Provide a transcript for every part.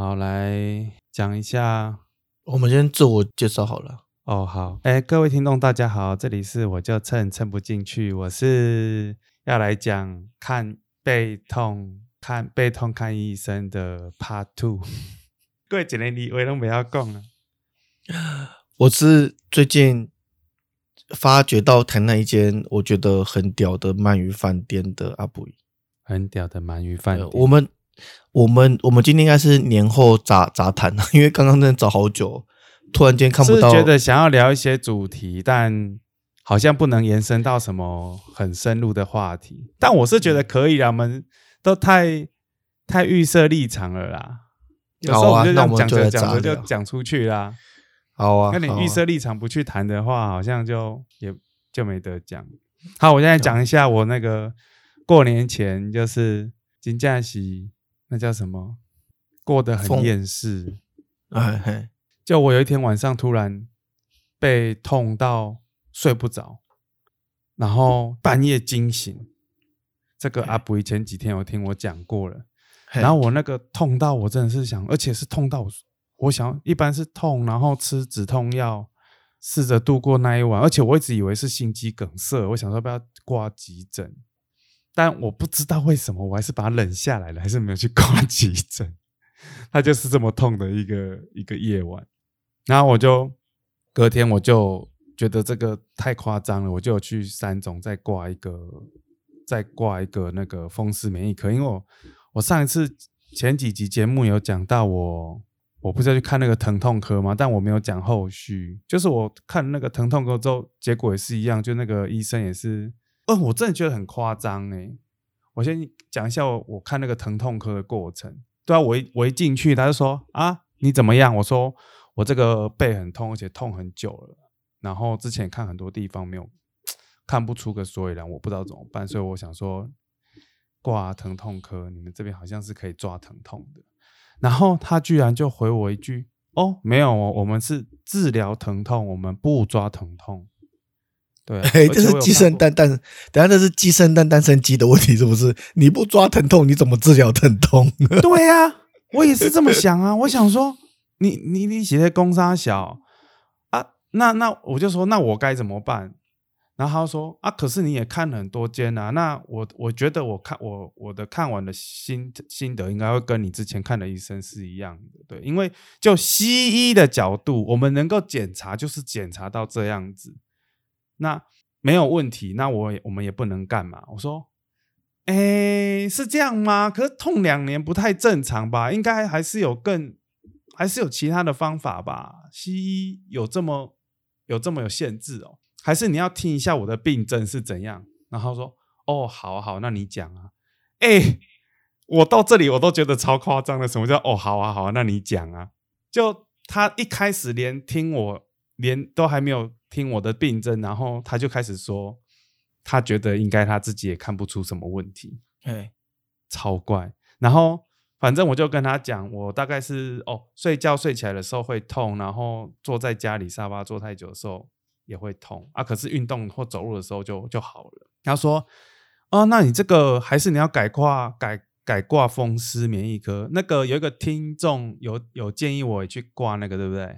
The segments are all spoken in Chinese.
好，来讲一下。 我们先自我介绍好了。 哦，好，各位听众大家好，这里是我就蹭不进去，我是要来讲看背痛看医生的 Part 2。过一个礼拜都不要讲了。 我是最近发掘到台南一间我觉得很屌的鳗鱼饭店的阿布， 很屌的鳗鱼饭店。 我们今天应该是年后杂谈，因为刚刚真的找好久，突然间看不到。 是觉得想要聊一些主题，但好像不能延伸到什么很深入的话题。但我是觉得可以啦，我们都太预设立场了啦。有时候我们就这样讲着讲着就讲出去啦。 好啊， 那你预设立场不去谈的话，好像就没得讲。好，我现在讲一下我那个过年前就是真的是那叫什么，过得很厌世。就我有一天晚上突然被痛到睡不着，然后半夜惊醒。这个阿布前几天有听我讲过了。然后我那个痛到我真的是想，而且是痛到我想一般是痛，然后吃止痛药，试着度过那一晚。而且我一直以为是心肌梗塞，我想说要不要挂急诊，但我不知道为什么，我还是把它忍下来了，还是没有去挂急诊。它就是这么痛的一个夜晚。然后隔天我就觉得这个太夸张了，我就有去三总再挂一个那个风湿免疫科。因为我上一次前几集节目有讲到我不是要去看那个疼痛科吗？但我没有讲后续，就是我看那个疼痛科之后结果也是一样，就那个医生也是我真的觉得很夸张欸。我先讲一下我看那个疼痛科的过程。对啊，我一进去他就说啊你怎么样？我说我这个背很痛，而且痛很久了，然后之前看很多地方没有看不出个所以然，我不知道怎么办，所以我想说挂疼痛科，你们这边好像是可以抓疼痛的。然后他居然就回我一句没有我们是治疗疼痛，我们不抓疼痛。对， 这是鸡生蛋，等下这是鸡生蛋蛋生鸡的问题是不是？你不抓疼痛你怎么治疗疼痛？ 对啊，我也是这么想啊。我想说你写在公三小啊，那我就说那我该怎么办？然后他说啊，可是你也看了很多间啊，那我觉得我的看完的心得应该会跟你之前看的医生是一样的。对，因为就西医的角度，我们能够检查就是检查到这样子，那没有问题，那我们也不能干嘛。我说是这样吗？可是痛2年不太正常吧，应该还是有其他的方法吧。西医有这么有限制哦？还是你要听一下我的病症是怎样？然后说好，那你讲啊。我到这里我都觉得超夸张的。什么叫好啊，那你讲啊？就他一开始连都还没有听我的病症，然后他就开始说他觉得应该他自己也看不出什么问题。超怪。然后反正我就跟他讲，我大概是睡觉睡起来的时候会痛，然后坐在家里沙发坐太久的时候也会痛啊，可是运动或走路的时候就好了。他说那你这个还是你要改挂风湿免疫科。那个有一个听众有建议我也去挂那个，对不对？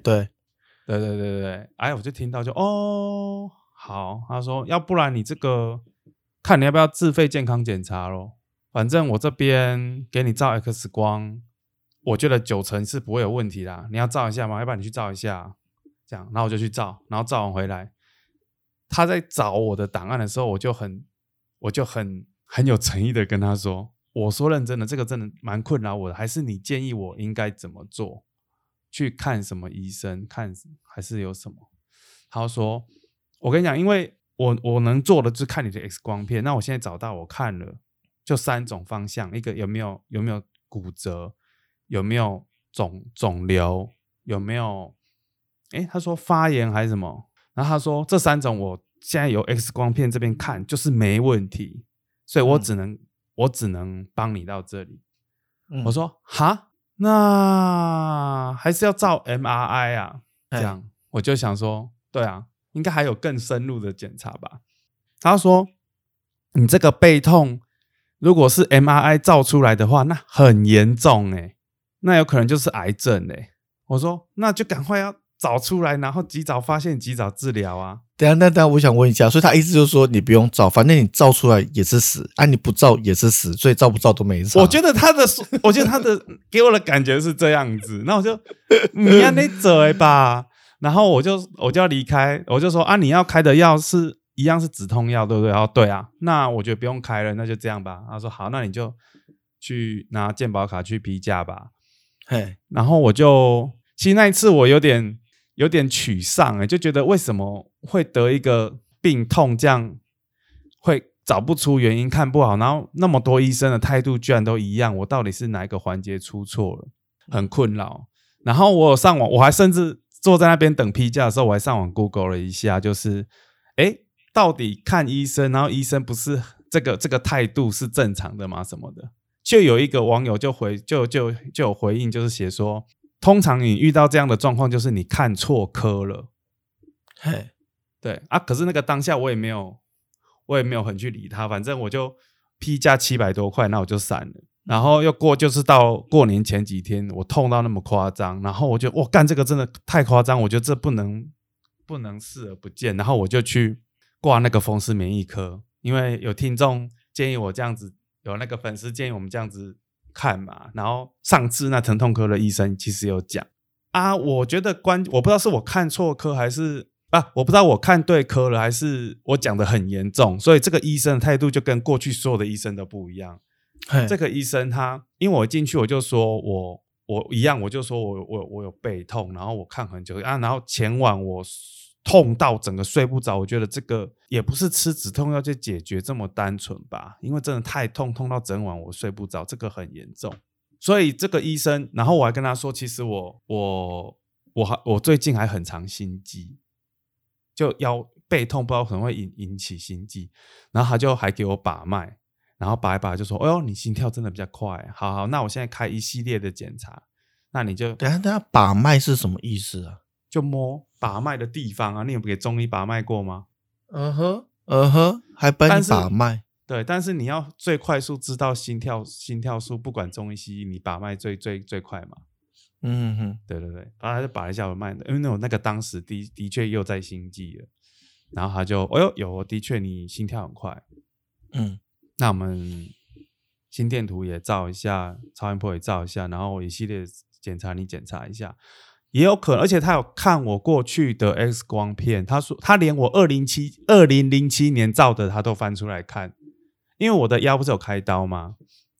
对，我就听到就好。他说要不然你这个看你要不要自费健康检查咯，反正我这边给你照 X 光，我觉得90%是不会有问题啦。你要照一下吗？要不然你去照一下。这样，然后我就去照，然后照完回来，他在找我的档案的时候，我就很有诚意的跟他说，我说认真的，这个真的蛮困扰我的，还是你建议我应该怎么做？去看什么医生？看还是有什么？他说我跟你讲，因为我能做的就是看你的 X 光片。那我现在找到，我看了就3种方向，一个有没有骨折，有没有肿瘤，有没有他说发炎还是什么。然后他说这3种我现在有 X 光片这边看就是没问题，所以我只能帮你到这里。我说哈，那还是要照 MRI 啊。这样我就想说对啊，应该还有更深入的检查吧。他说你这个背痛如果是 MRI 照出来的话那很严重那有可能就是癌症嘞。我说那就赶快要找出来，然后及早发现及早治疗啊。 等一下我想问一下，所以他意思就是说你不用照，反正你照出来也是死啊，你不照也是死，所以照不照都没差。 我觉得他的给我的感觉是这样子，那我就你要那走吧，然后我就要离开，我就说啊，你要开的药是一样是止痛药，对不对？然后对啊，那我觉得不用开了，那就这样吧。他说好，那你就去拿健保卡去批假吧。 嘿， 然后我就其实那一次我有点沮丧，就觉得为什么会得一个病痛这样会找不出原因，看不好，然后那么多医生的态度居然都一样，我到底是哪一个环节出错了，很困扰。然后我有上网，我还甚至坐在那边等批假的时候，我还上网 Google 了一下，就是到底看医生，然后医生不是这个态度是正常的吗？什么的，就有一个网友就有回应，就是写说，通常你遇到这样的状况，就是你看错科了。 嘿， 对啊，可是那个当下我也没有很去理他，反正我就批价700多块，那我就闪了。然后就是到过年前几天，我痛到那么夸张，然后我就干这个真的太夸张，我觉得这不能视而不见，然后我就去挂那个风湿免疫科，因为有听众建议我这样子，有那个粉丝建议我们这样子看嘛，然后上次那疼痛科的医生其实有讲啊，我觉得我不知道是我看错科还是我不知道我看对科了还是我讲的很严重，所以这个医生的态度就跟过去所有的医生都不一样。这个医生他因为我进去我就说我一样，我就说我有背痛，然后我看很久然后前晚我痛到整个睡不着，我觉得这个也不是吃止痛药就解决这么单纯吧，因为真的太痛到整晚我睡不着，这个很严重。所以这个医生，然后我还跟他说，其实我最近还很常心悸，就腰背痛不知道可能会引起心悸，然后他就还给我把脉，然后把一把就说，哎呦你心跳真的比较快，好，那我现在开一系列的检查，那你就等一下把脉是什么意思啊？ 就摸把脉的地方啊，你有给中医把脉过吗？ 还帮你把脉。 对，但是你要最快速知道心跳数，不管中医西医，你把脉最快嘛。对，然后他就把一下我脉，因为我那个当时的确又在心悸了，然后他就有的确你心跳很快，那我们心电图也照一下，超音波也照一下，然后一系列检查你检查一下。也有可能，而且他有看我过去的 X 光片，他说他连我2007年照的他都翻出来看，因为我的腰不是有开刀吗？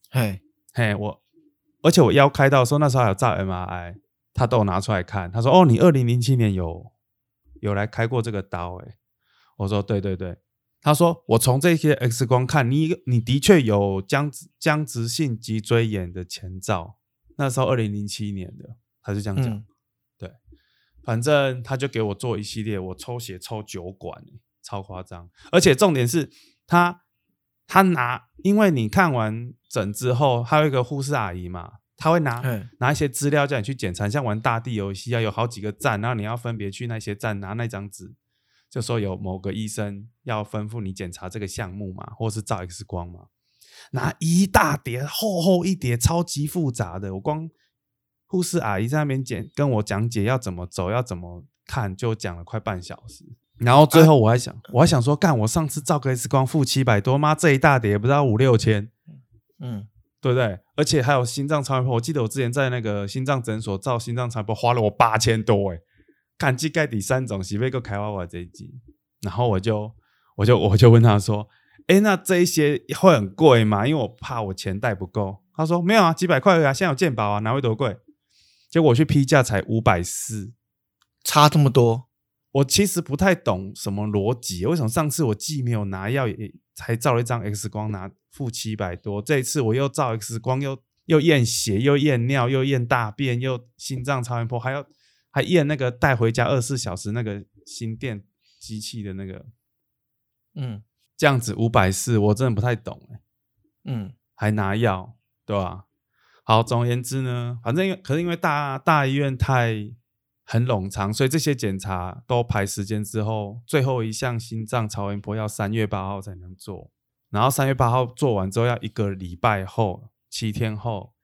而且我腰开刀的时候，那时候还有照 MRI， 他都有拿出来看。他说：“哦，你2007年有来开过这个刀？”我说：“对。”他说：“我从这些 X 光看，你的确有僵直性脊椎炎的前兆。”那时候2007年的，他就这样讲。对，反正他就给我做一系列，我抽血抽9管，超夸张。而且重点是他因为你看完诊之后，还有一个护士阿姨嘛，他会拿一些资料叫你去检查，像玩大地游戏有好几个站，然后你要分别去那些站拿那张纸，就说有某个医生要吩咐你检查这个项目嘛，或是照 X 光嘛，拿一大叠厚一叠，超级复杂的，我光护士阿姨在那边跟我讲解要怎么走，要怎么看，就讲了快半小时。然后最后我还想说，干我上次照个 X 光付700多，妈这一大叠不知道5-6千，对不对？而且还有心脏超音波，我记得我之前在那个心脏诊所照心脏超音波花了我8000多，看这该第3种是不是又开我这一集？然后我就问他说，那这一些会很贵吗？因为我怕我钱带不够。他说没有啊，几百块而已啊，现在有健保啊，哪会多贵？结果我去批价才540， 差这么多。 我其实不太懂什么逻辑，为什么上次我既没有拿药，也才照了一张 X 光付700多，这一次我又照 X 光，又验血，又验尿，又验大便，又心脏超音波，还验那个带回家24小时那个心电机器的那个，这样子540，我真的不太懂，还拿药，对吧？好，总而言之呢，反正因为大医院很冗长，所以这些检查都排时间之后，最后一项心脏超音波要3月8号才能做，然后3月8号做完之后要1个礼拜后7天后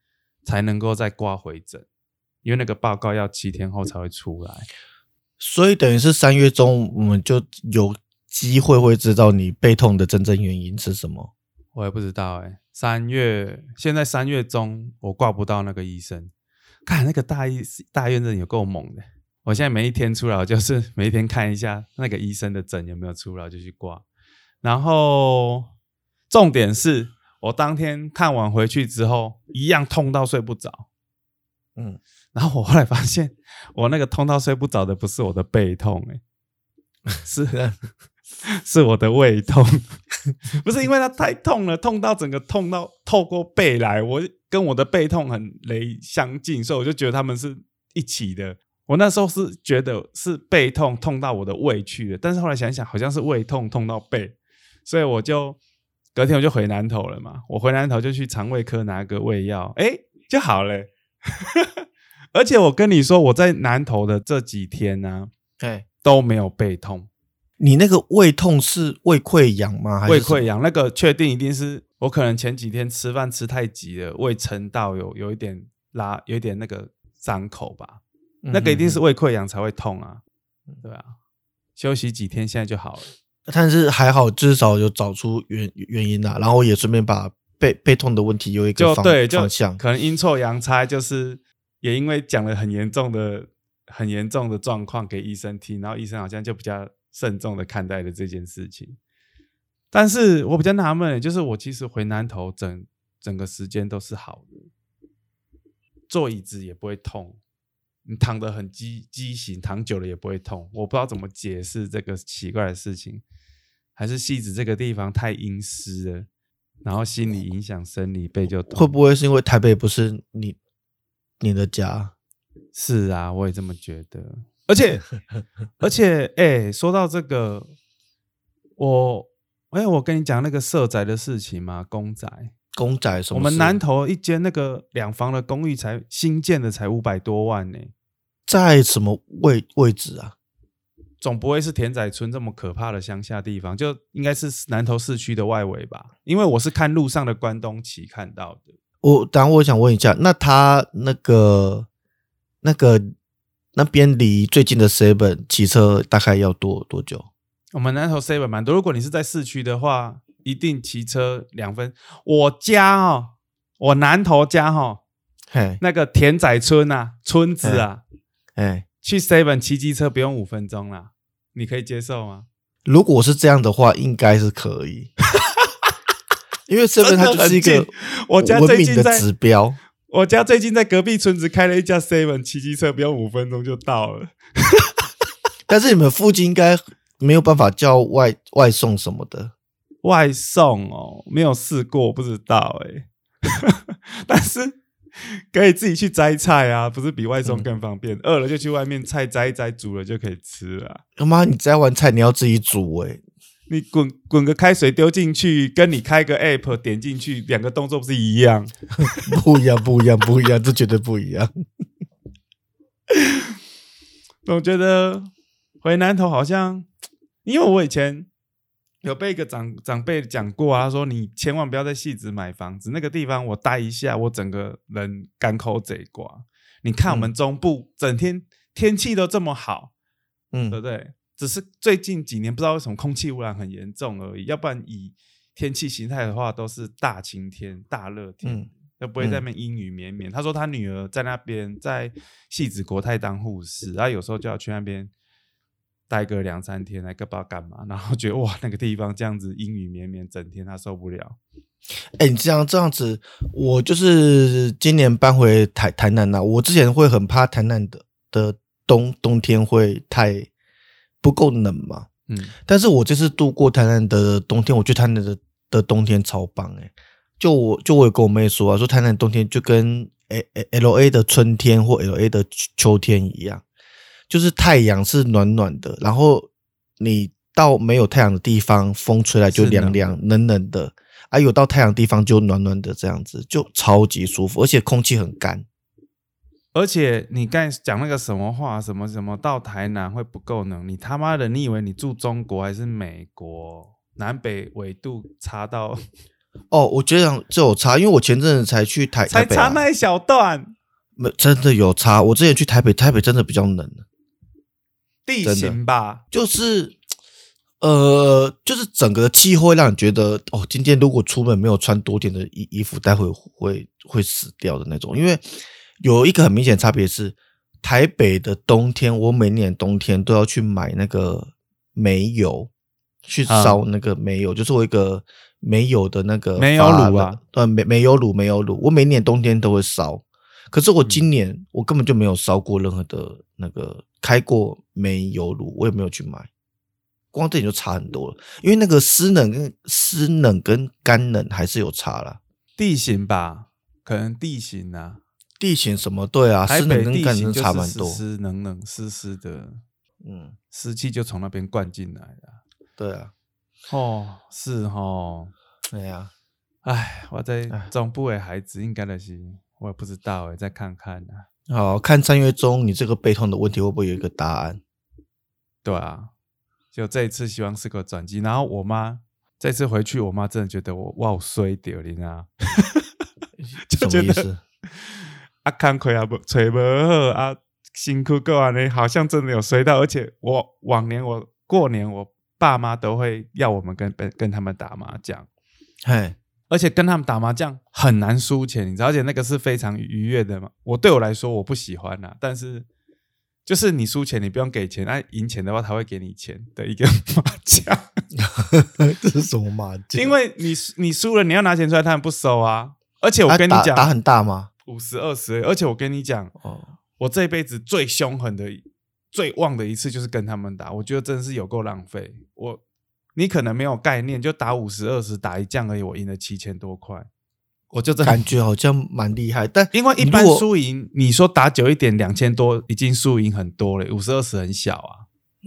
才能够再挂回诊，因为那个报告要7天后才会出来。 所以等于是3月中我们就有机会会知道你背痛的真正原因是什么。 我也不知道现在3月中我挂不到那个医生，看那个大医院真的有够猛的。我现在每一天出来，我就是每一天看一下那个医生的诊有没有出来就去挂。然后重点是我当天看完回去之后一样痛到睡不着。然后我后来发现我那个痛到睡不着的不是我的背痛是我的胃痛。不是因为它太痛了，痛到整个痛到透过背来，我跟我的背痛很相近，所以我就觉得他们是一起的。我那时候是觉得是背痛痛到我的胃去了，但是后来想想好像是胃痛痛到背，所以我就隔天我就回南投了嘛。我回南投就去肠胃科拿个胃药，就好了。而且我跟你说，我在南投的这几天呢，都没有背痛。 你那个胃痛是胃溃疡吗？还是胃溃疡那个确定一定是我可能前几天吃饭吃太急了，胃撑到有一点有一点那个伤口吧，那个一定是胃溃疡才会痛啊，对啊。休息几天现在就好了。 但是还好至少有找出原因啦，然后也顺便把背痛的问题有一个方向。 可能阴错阳差，就是也因为讲了很严重的状况给医生听，然后医生好像就比较慎重的看待了这件事情。但是我比较纳闷的就是我其实回南投整个时间都是好的，坐椅子也不会痛，你躺得很畸形，躺久了也不会痛。我不知道怎么解释这个奇怪的事情，还是汐止这个地方太阴湿了，然后心理影响生理，背就痛。 会不会是因为台北不是你的家？ 是啊，我也这么觉得。而且说到这个，我跟你讲那个社宅的事情嘛，公宅什么事？我们南投一间那个2房的公寓才新建的才500多万呢。 在什么位置啊？ 总不会是田仔村这么可怕的乡下地方，就应该是南投市区的外围吧？因为我是看路上的关东旗看到的。 我想问一下，那他那边离最近的 Seven 骑车大概要多久？ 我们南投 Seven 蛮多，如果你是在市区的话，一定骑车2分。我南投家那个田仔村啊，村子啊，去 Seven 骑机车不用5分钟啦，你可以接受吗？ 如果是这样的话，应该是可以。因为 Seven 它就是一个文明的指标。 我家最近在隔壁村子开了一家 Seven， 骑机车不用5分钟就到了。 但是你们附近应该没有办法叫外送什么的。 外送没有试过，不知道但是可以自己去摘菜啊，不是比外送更方便？饿了就去外面菜摘一摘，煮了就可以吃了。 妈，你摘完菜你要自己煮你滚个开水丢进去，跟你开个 app 点进去，2个动作不是一样？ 不一样，这绝对不一样。 我觉得回南投好像，因为我以前有被一个长辈讲过啊，他说你千万不要在汐止买房子，那个地方我待一下，我整个人干口贼瓜。你看我们中部整天天气都这么好，对不对？只是最近几年不知道为什么空气污染很严重而已，要不然以天气形态的话都是大晴天大热天，都不会在那边阴雨绵绵。他说他女儿在那边在汐止国泰当护士，然后有时候就要去那边待个2-3天，来个不知道干嘛，然后觉得哇那个地方这样子阴雨绵绵整天他受不了。 你这样子，我就是今年搬回台南啊，我之前会很怕台南的冬天会太不够冷嘛，但是我这次度过台南的冬天，我觉得台南的冬天超棒就我有跟我妹说啊，说台南的冬天就跟 LA 的春天或 LA 的秋天一样，就是太阳是暖暖的，然后你到没有太阳的地方，风吹来就凉凉冷冷的啊，有到太阳的地方就暖暖的，这样子就超级舒服，而且空气很干。 而且你刚才讲那个什么话，什么到台南会不够冷，你他妈的，你以为你住中国还是美国？南北纬度差到我觉得这有差，因为我前阵子才去台北、啊， 才差那一小段， 真的有差。我之前去台北真的比较冷， 地形吧， 就是整个的气候会让你觉得，今天如果出门没有穿多点的衣服，待会会死掉的那种。因为有一个很明显的差别是，台北的冬天，我每年冬天都要去买那个煤油，去烧那个煤油，就是我一个煤油的那个煤油炉啊， 煤油炉，我每年冬天都会烧。可是我今年我根本就没有烧过任何的那个开过煤油炉，我也没有去买。光这点就差很多了，因为那个湿冷跟干冷还是有差啦。 地形吧，可能地形啊， 地形什么对啊，湿冷跟干冷差蛮多， 湿冷湿的，湿气就从那边灌进来了。 对啊， 是对啊， 我在中部的孩子应该的是，我也不知道再看看啊。 好看3月中你这个背痛的问题会不会有一个答案？ 对啊。就这一次希望是个转机，然后我妈这次回去，我妈真的觉得我好衰掉，你知道？就觉得工课也找不好啊，辛苦过完呢，好像真的有衰到，而且往年我过年我爸妈都会要我们跟他们打麻将，而且跟他们打麻将很难输钱，你知道，而且那个是非常愉悦的嘛。对我来说我不喜欢啦，但是。就是你输钱你不用给钱，赢钱的话他会给你钱的一个麻将。 这是什么麻将？ 因为你输了你要拿钱出来他们不收啊。而且我跟你讲， 打很大吗 ？50-20，而且我跟你讲，我这一辈子最凶狠的最旺的一次就是跟他们打，我觉得真的是有够浪费。你可能没有概念，就打50-20打一将而已，我赢了7000多块。我就感觉好像蛮厉害，但因为一般输赢，你说打久一点2000多已经输赢很多了，50-20很小啊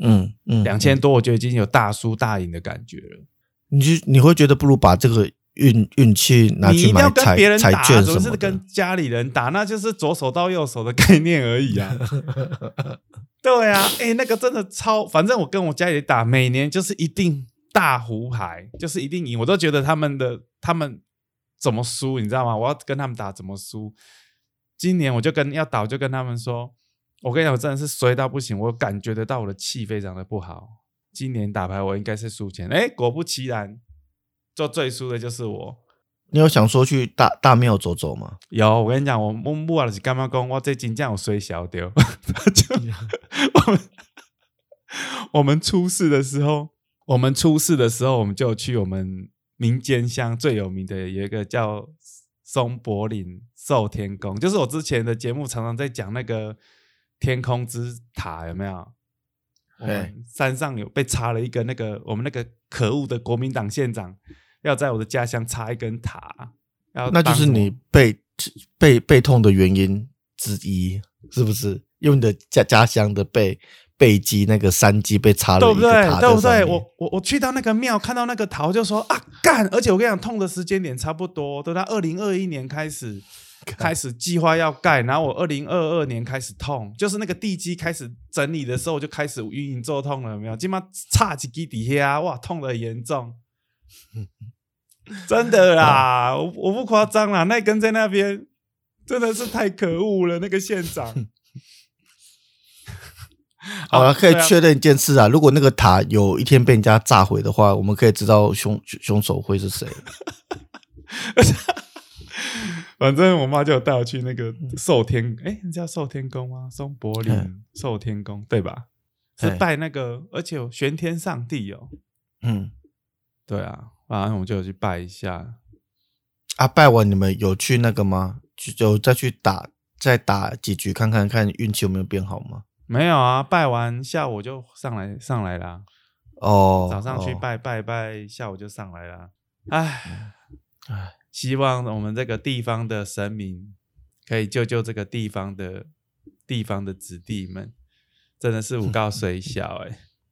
，2000多我觉得已经有大输大赢的感觉了。 你会觉得不如把这个运气拿去买彩券什么的， 是跟家里人打，那就是左手到右手的概念而已啊。对啊，那个真的反正我跟我家里打，每年就是一定大胡牌，就是一定赢，我都觉得他们怎么输你知道吗？我要跟他们打怎么输？今年我就跟他们说，我跟你讲，我真的是衰到不行，我感觉得到我的气非常的不好。今年打牌我应该是输钱，果不其然，最输的就是我。 你有想说去大庙走走吗？ 有，我跟你讲，我母啊就是干嘛讲，我这真正有衰小掉。我们出事的时候，我们就去我们。民间乡最有名的有一个叫松柏岭寿天宫，就是我之前的节目常常在讲那个天空之塔，有没有？我们山上有被插了一个我们那个可恶的国民党县长要在我的家乡插一根塔， 那就是你背痛的原因之一，是不是？用你的家乡的背基那个山基被插了一个塔， 对不对？我去到那个庙看到那个塔，我就说干！而且我跟你讲，痛的时间点差不多，都到2021年开始计划要盖，然后我2022年开始痛，就是那个地基开始整理的时候就开始隐隐作痛了，有没有？今晚插几基底下哇，痛得很严重，真的啦，我不夸张啦，那根在那边真的是太可恶了，那个县长。 好了，可以确认一件事啊，如果那个塔有一天被人家炸毁的话，我们可以知道凶手会是谁。 反正我妈就有带我去那个寿天，那叫寿天宫吗？松柏岭寿天宫对吧？是拜那个，而且有玄天上帝哦。对啊，反正我就有去拜一下。 拜完你们有去那个吗？就再打几局看运气有没有变好吗？ 没有啊，拜完下午就上来啦。早上去拜，下午就上来啦。希望我们这个地方的神明可以救这个地方的子弟们，真的是有够衰小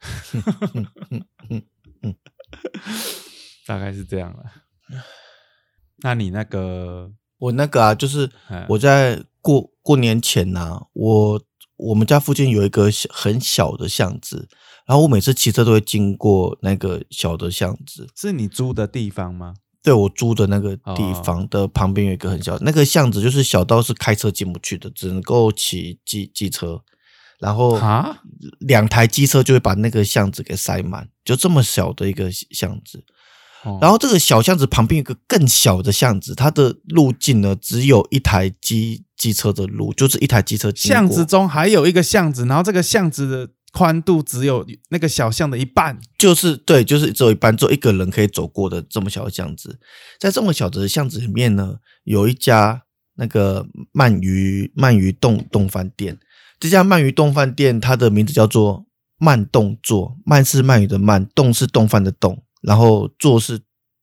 大概是这样了。那你那个， 我那个就是我在过年前我们家附近有一个很小的巷子，然后我每次骑车都会经过那个小的巷子。 是你租的地方吗？ 对，我租的那个地方的旁边有一个很小，那个巷子就是小到是开车进不去的，只能够骑机车，然后2台机车就会把那个巷子给塞满，就这么小的一个巷子。然后这个小巷子旁边有一个更小的巷子，它的路径呢只有一台机车的路，就是一台机车经过。 巷子中还有一个巷子，然后这个巷子的宽度只有那个小巷的一半， 就是对，就是只有一半，只有一个人可以走过的这么小的巷子。在这么小的巷子里面呢，有一家那个鳗鱼冻饭店。这家鳗鱼冻饭店，它的名字叫做慢动作，鳗是鳗鱼的鳗，冻是冻饭的冻，然后作是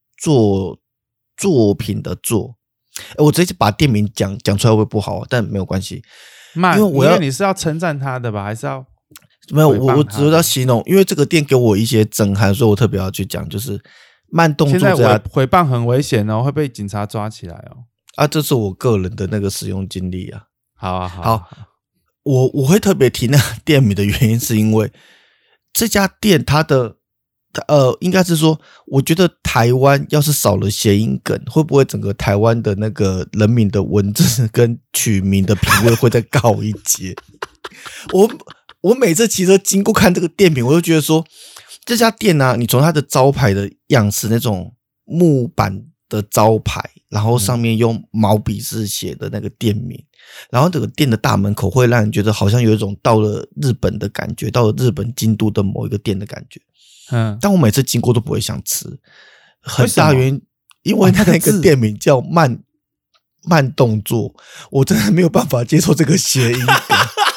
作品的作。我直接把店名讲出来会不会不好？但没有关系， 因为你是要称赞他的吧，还是要？ 没有，我只是要形容，因为这个店给我一些震撼，所以我特别要去讲，就是慢动作现在诽谤很危险哦，会被警察抓起来哦。 这是我个人的那个使用经历啊。 好， 我会特别提那个店名的原因，是因为这家店它的应该是说，我觉得台湾要是少了谐音梗，会不会整个台湾的那个人民的文字跟取名的品味会再高一截？我每次骑车经过看这个店名，我就觉得说，这家店啊，你从它的招牌的样式，那种木板的招牌，然后上面用毛笔字写的那个店名，然后这个店的大门口会让人觉得好像有一种到了日本的感觉，到了日本京都的某一个店的感觉。但我每次经过都不会想吃，很大原因，因为那个店名叫慢动作，我真的没有办法接受这个谐音梗。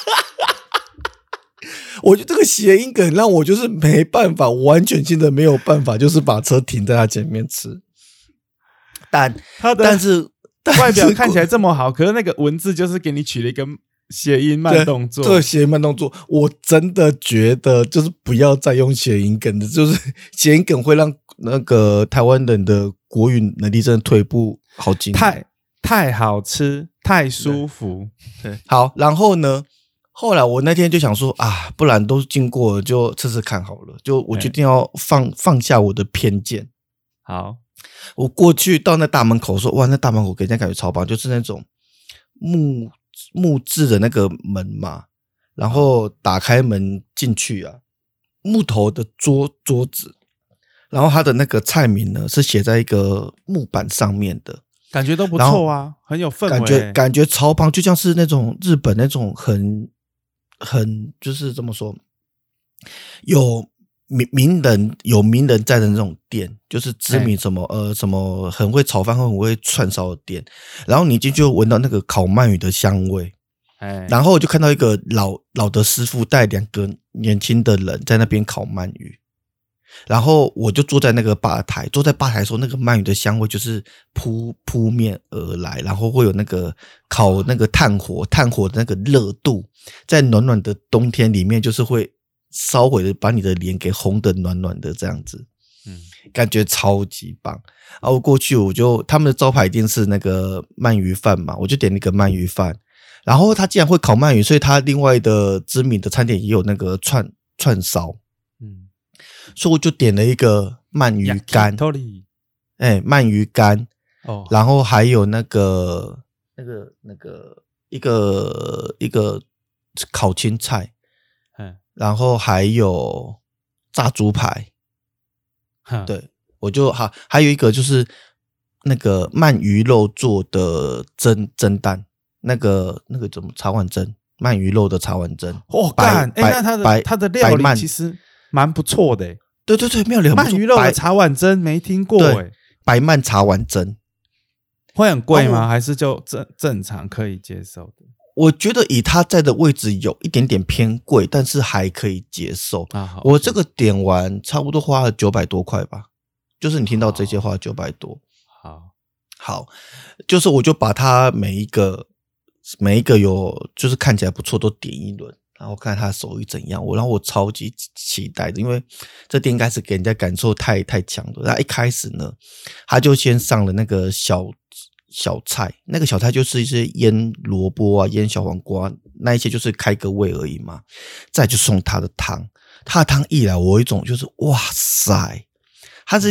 我觉得这个谐音梗让我就是没办法，完全性的没有办法，就是把车停在他前面吃。但是外表看起来这么好，可是那个文字就是给你取了一个谐音慢动作。 对，谐音慢动作，我真的觉得就是不要再用谐音梗的，就是谐音梗会让那个台湾人的国语能力真的退步好几年。 太好吃，太舒服。 对，好，然后呢？后来我那天就想说不然都经过了，就试试看好了。就我决定要放下我的偏见。 好， 我过去到那大门口说，哇，那大门口给人家感觉超棒，就是那种木质的那个门嘛，然后打开门进去啊，木头的桌子，然后它的那个菜名呢是写在一个木板上面的。 感觉都不错啊，很有氛围， 感觉超棒，就像是那种日本那种很就是这么说，有名人在的那种店，就是知名什么很会炒饭或很会串烧的店，然后你进去就闻到那个烤鳗鱼的香味，然后我就看到一个老的师傅带2个年轻的人在那边烤鳗鱼。然后我就坐在那个吧台，坐在吧台的时候，那个鳗鱼的香味就是扑面而来，然后会有那个烤那个炭火的那个热度，在暖暖的冬天里面，就是会烧毁的把你的脸给烘得暖暖的这样子，感觉超级棒。我过去他们的招牌一定是那个鳗鱼饭嘛，我就点那个鳗鱼饭，然后他既然会烤鳗鱼，所以他另外的知名的餐点也有那个串烧。所以我就点了一个鳗鱼干，鳗鱼干，然后还有那个一个烤青菜，然后还有炸猪排，对，我就还有一个就是那个鳗鱼肉做的蒸蛋，那个怎么茶碗蒸，鳗鱼肉的茶碗蒸， 那它的料理其实蛮不错的。 对，料理很不错。 鳗鱼肉的茶碗蒸没听过白鳗茶碗蒸会很贵吗？还是就正常可以接受的？ 我觉得以它在的位置有一点点偏贵，但是还可以接受。我这个点完差不多花了900多块吧，就是你听到这些花了900多。好，就是我就把它每一个有就是看起来不错都点一轮。然后看他的手艺怎样，然后我超级期待的，因为这店应该是给人家感受太强了。那一开始呢，他就先上了那个小菜，那个小菜就是一些腌萝卜啊、腌小黄瓜，那一些就是开个胃而已嘛。再就送他的汤，他的汤一来，我有一种就是哇塞，它是一个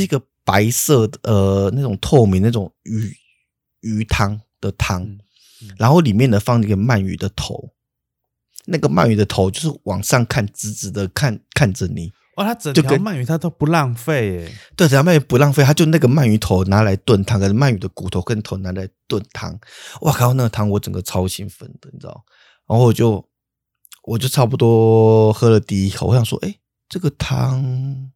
白色的那种透明那种鱼汤的汤，然后里面呢放一个鳗鱼的头，那个鳗鱼的头就是往上看，直直的看着你。 哦，他整条鳗鱼他都不浪费耶。 对，整条鳗鱼不浪费，他就那个鳗鱼头拿来炖汤，跟鳗鱼的骨头跟头拿来炖汤。哇靠，那个汤我整个超兴奋的，你知道？然后我就差不多喝了第一口，我想说，这个汤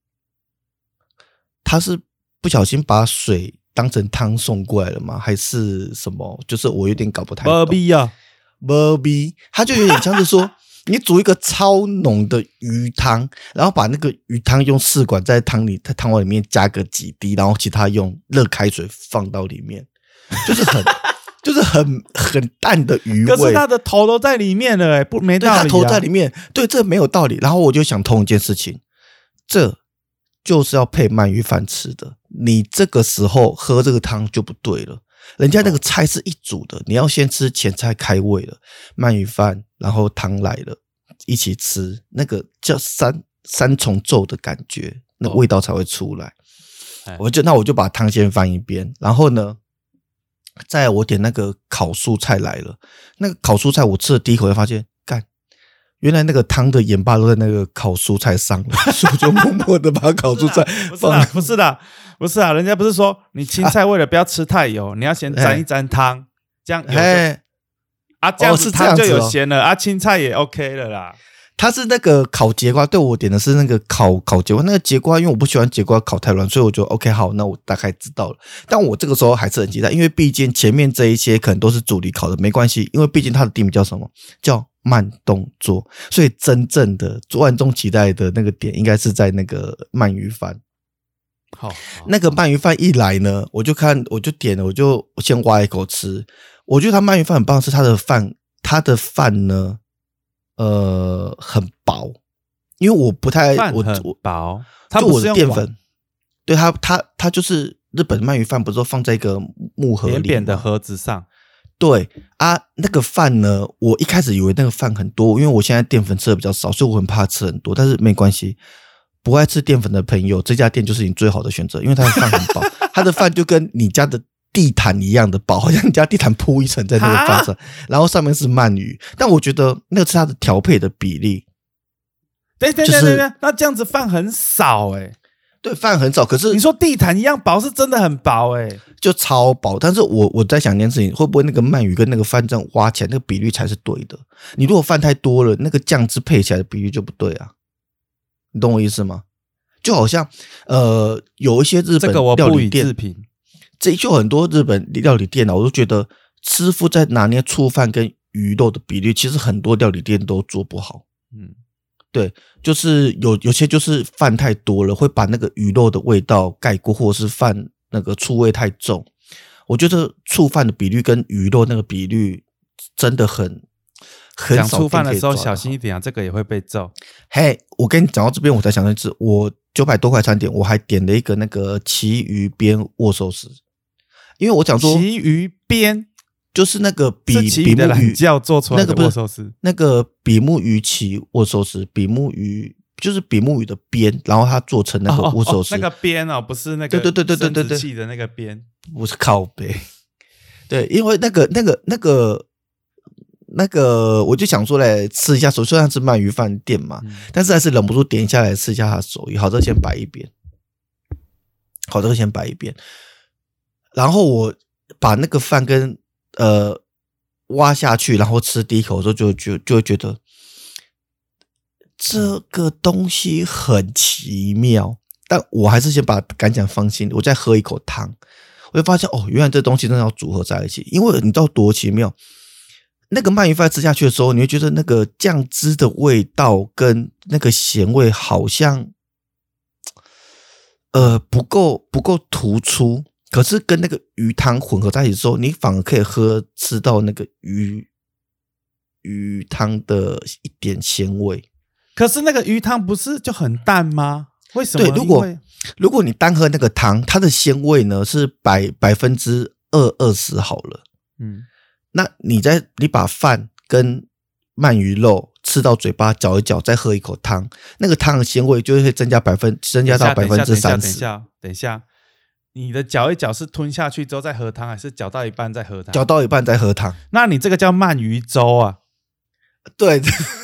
他是不小心把水当成汤送过来了吗？还是什么？就是我有点搞不太懂。 没必要， 没必，他就有点像是说。你煮一个超浓的鱼汤，然后把那个鱼汤用试管在汤碗里面加个几滴，然后其他用热开水放到里面，就是很淡的鱼味。 可是它的头都在里面了，没道理啊。 它头在里面，对，这没有道理。然后我就想通一件事情，这就是要配鳗鱼饭吃的。你这个时候喝这个汤就不对了。人家那个菜是一煮的，你要先吃前菜开胃了，鳗鱼饭，然后汤来了，一起吃，那个叫三重奏的感觉，那味道才会出来。那我就把汤先放一边，然后呢，再来我点那个烤蔬菜来了。那个烤蔬菜我吃了第一口就发现，干，原来那个汤的盐巴都在那个烤蔬菜上了，所以我就默默的把烤蔬菜放。 不是啊，人家不是说你青菜为了不要吃太油，你要先沾一沾汤，这样油就这样子汤就有咸了青菜也 OK 了啦。 它是那个烤节瓜，对，我点的是那个烤节瓜，那个节瓜因为我不喜欢节瓜烤太软，所以我就 OK 好，那我大概知道了。但我这个时候还是很期待，因为毕竟前面这一些可能都是主力烤的，没关系，因为毕竟它的地名叫什么？叫慢动作，所以真正的万众期待的那个点应该是在那个鳗鱼饭。 好， 那个鳗鱼饭一来呢，我就点了，我就先挖一口吃。我觉得它鳗鱼饭很棒，是它的饭呢，很薄，因为我不太我薄， 就我的淀粉，对它就是日本鳗鱼饭，不是说放在一个木盒里扁扁的盒子上。 对啊，那个饭呢，我一开始以为那个饭很多，因为我现在淀粉吃的比较少，所以我很怕吃很多，但是没关系。不爱吃淀粉的朋友，这家店就是你最好的选择，因为它的饭很薄，它的饭就跟你家的地毯一样的薄，好像你家地毯铺一层在那个饭上，然后上面是鳗鱼。但我觉得那个是它的调配的比例。 对，那这样子饭很少对，饭很少，可是你说地毯一样薄，是真的很薄就超薄。但是我在想一件事情，会不会那个鳗鱼跟那个饭这样挖起来，那个比率才是对的？你如果饭太多了，那个酱汁配起来的比率就不对啊。你懂我意思吗？就好像有一些日本料理店，这就很多日本料理店我都觉得师傅在拿捏醋饭跟鱼肉的比例，其实很多料理店都做不好。对，就是有些就是饭太多了，会把那个鱼肉的味道盖过，或者是饭那个醋味太重。我觉得醋饭的比率跟鱼肉那个比率真的很少。 讲醋饭的时候小心一点啊，这个也会被揍。 我跟你讲到这边，我才想到一次，我900多块餐点，我还点了一个那个旗鱼边握寿司，因为我讲说旗鱼边就是那个比目鱼叫做出来的握寿司， 那个比目鱼鳍握寿司，比目鱼就是比目鱼的边，然后它做成那个握寿司， 那个边不是那个对生殖器的那个边， 不是靠背。对，因为那个我就想说来吃一下手，虽然是鳗鱼饭店嘛，但是还是忍不住点下来吃一下它的手艺。好，这个先摆一边。然后我把那个饭跟挖下去，然后吃第一口的时候就会觉得这个东西很奇妙，但我还是先把感想放心，我再喝一口汤，我就发现原来这东西真的要组合在一起，因为你知道多奇妙。那个鳗鱼饭吃下去的时候，你会觉得那个酱汁的味道跟那个咸味好像不够突出，可是跟那个鱼汤混合在一起之后，你反而可以吃到那个鱼汤的一点鲜味。 可是那个鱼汤不是就很淡吗？为什么？ 对，如果你单喝那个汤，它的鲜味呢是20%好了。那你把饭跟鳗鱼肉吃到嘴巴嚼一嚼，再喝一口汤，那个汤的鲜味就会增加到30%。 等一下，你的嚼一嚼是吞下去之后再喝汤，还是嚼到一半再喝汤？ 嚼到一半再喝汤。 那你这个叫鳗鱼粥啊？ 对，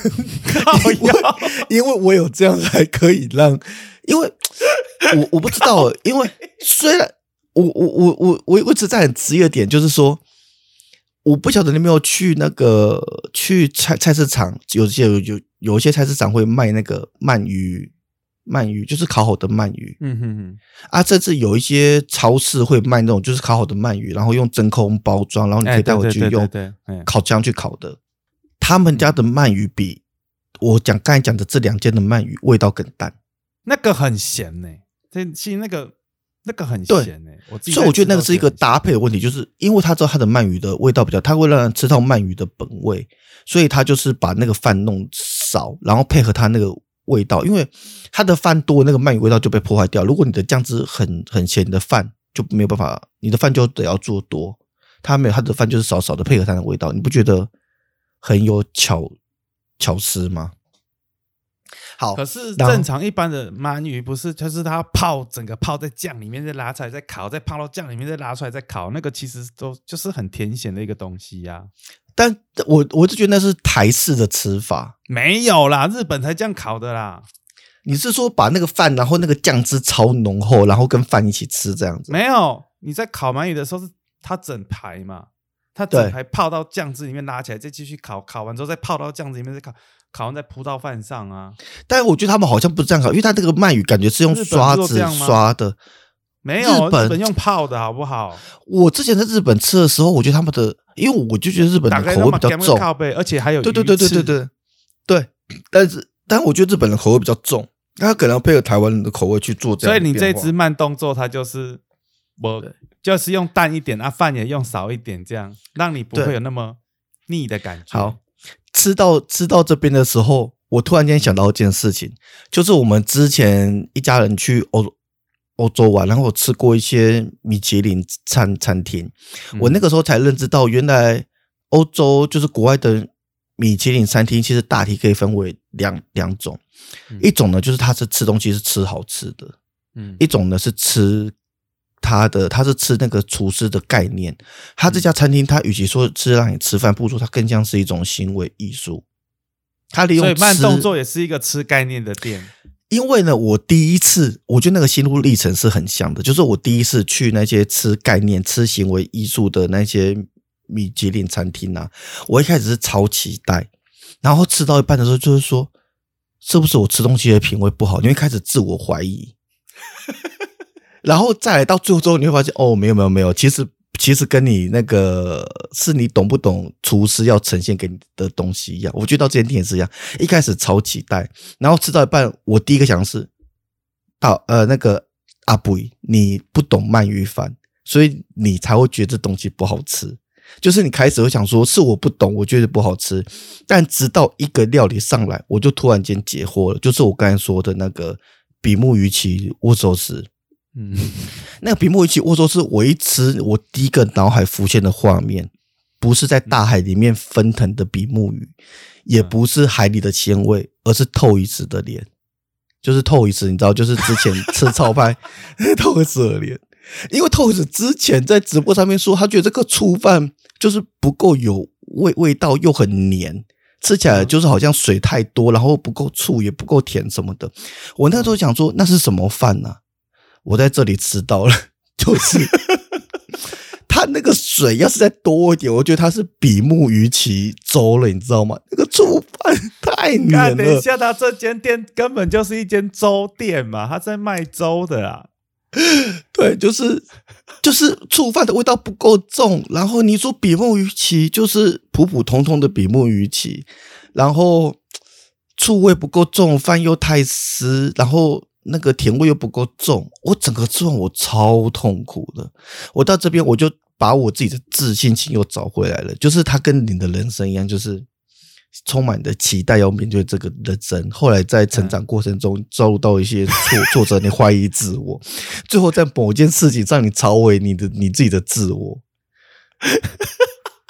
因为我有这样才可以让，因为我不知道，因为虽然我一直在很职业点，就是说，我不晓得你有没有去去菜市场，有一些菜市场会卖那个鳗鱼就是烤好的鳗鱼，甚至有一些超市会卖那种就是烤好的鳗鱼，然后用真空包装，然后你可以带回去用烤箱去烤的。他们家的鳗鱼比我刚才讲的这2间的鳗鱼味道更淡， 那个很咸欸，其实那个很咸欸， 所以我觉得那个是一个搭配的问题，就是因为他知道他的鳗鱼的味道比较，他会让人吃到鳗鱼的本味，所以他就是把那个饭弄少，然后配合他那个味道，因为他的饭多，那个鳗鱼味道就被破坏掉。如果你的酱汁很咸，你的饭就没有办法，你的饭就得要做多，他没有，他的饭就是少少的配合他的味道，你不觉得很有巧思吗？好， 可是正常一般的鳗鱼不是，就是它整个泡在酱里面，再拿出来再烤，再泡到酱里面再拿出来再烤，那个其实都就是很甜咸的一个东西呀。 但我就觉得那是台式的吃法， 没有啦，日本才这样烤的啦。 你是说把那个饭，然后那个酱汁超浓厚，然后跟饭一起吃这样子？ 没有，你在烤鳗鱼的时候是它整排嘛，它整排泡到酱汁里面拉起来，再继续烤，烤完之后再泡到酱汁里面再烤，烤完再铺到饭上啊。 但是我觉得他们好像不是这样烤，因为它这个鳗鱼感觉是用刷子刷的。 没有，日本用泡的好不好？ 我之前在日本吃的时候，我觉得他们的，因为我就觉得日本的口味比较重， 而且还有对，但我觉得日本的口味比较重，他可能要配合台湾人的口味去做这样的变化。 所以你这支慢动作，它就是就是用淡一点啊，饭也用少一点，这样让你不会有那么腻的感觉。 好，吃到这边的时候，我突然间想到一件事情，就是我们之前一家人去欧洲玩，然后我吃过一些米其林餐厅，我那个时候才认知到，原来欧洲就是国外的米其林餐厅，其实大体可以分为两种，一种呢就是它是吃东西是吃好吃的，一种呢是吃他是吃那个厨师的概念，他这家餐厅他与其说是让你吃饭，不如说它更像是一种行为艺术，他利用所以慢动作也是一个吃概念的店。 因为呢，我第一次，我觉得那个心路历程是很像的，就是我第一次去那些吃概念、吃行为艺术的那些米其林餐厅啊，我一开始是超期待，然后吃到一半的时候，就是说，是不是我吃东西的品味不好？你会开始自我怀疑，然后再来到最后，你会发现，哦，没有，其实跟你那个是你懂不懂厨师要呈现给你的东西一样，我觉得到这间店也是一样，一开始超期待，然后吃到一半，我第一个想的是，那个阿布，你不懂鳗鱼饭，所以你才会觉得这东西不好吃。就是你开始会想说，是我不懂，我觉得不好吃，但直到一个料理上来，我就突然间解惑了，就是我刚才说的那个比目鱼鳍握寿司。那个比目鱼鳍握寿司，我一吃，我第一个脑海浮现的画面，不是在大海里面奔腾的比目鱼，也不是海里的鲜味，而是透一子的脸，就是透一子，你知道，就是之前吃炒派透一子的脸。因为透一子之前在直播上面说，他觉得这个醋饭就是不够有味道，又很黏。吃起来就是好像水太多，然后不够醋，也不够甜什么的。我那时候想说，那是什么饭啊？我在这里吃到了，就是它那个水要是再多一点，我觉得它是比目鱼鳍粥了，你知道吗？那个醋饭太黏了。 等一下，他这间店根本就是一间粥店嘛，他在卖粥的啊。 对，就是醋饭的味道不够重，然后你说比目鱼鳍就是普普通通的比目鱼鳍，然后醋味不够重，饭又太湿，然后那个甜味又不够重，我整个吃完我超痛苦的。我到这边我就把我自己的自信心又找回来了，就是它跟你的人生一样，就是充满的期待要面对这个人生，后来在成长过程中遭受到一些挫折，你怀疑自我，最后在某件事情上你超回你自己的自我。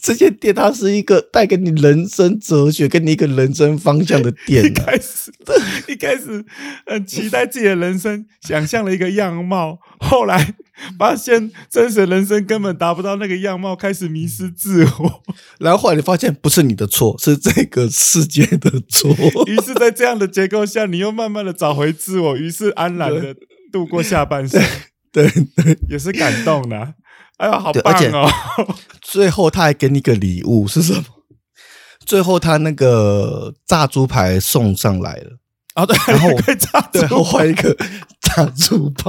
这间店它是一个带给你人生哲学跟你一个人生方向的店、啊。 一开始很期待自己的人生，想象了一个样貌，后来发现真实人生根本达不到那个样貌，开始迷失自我。 然后后来你发现不是你的错，是这个世界的错。 于是，在这样的结构下，你又慢慢的找回自我，于是安然的度过下半生。 对， 也是感动的、啊。哎呦，好棒哦！ 最后他还给你个礼物是什么？最后他那个炸猪排送上来了。 哦，对， 然后对， 我换一个炸猪排。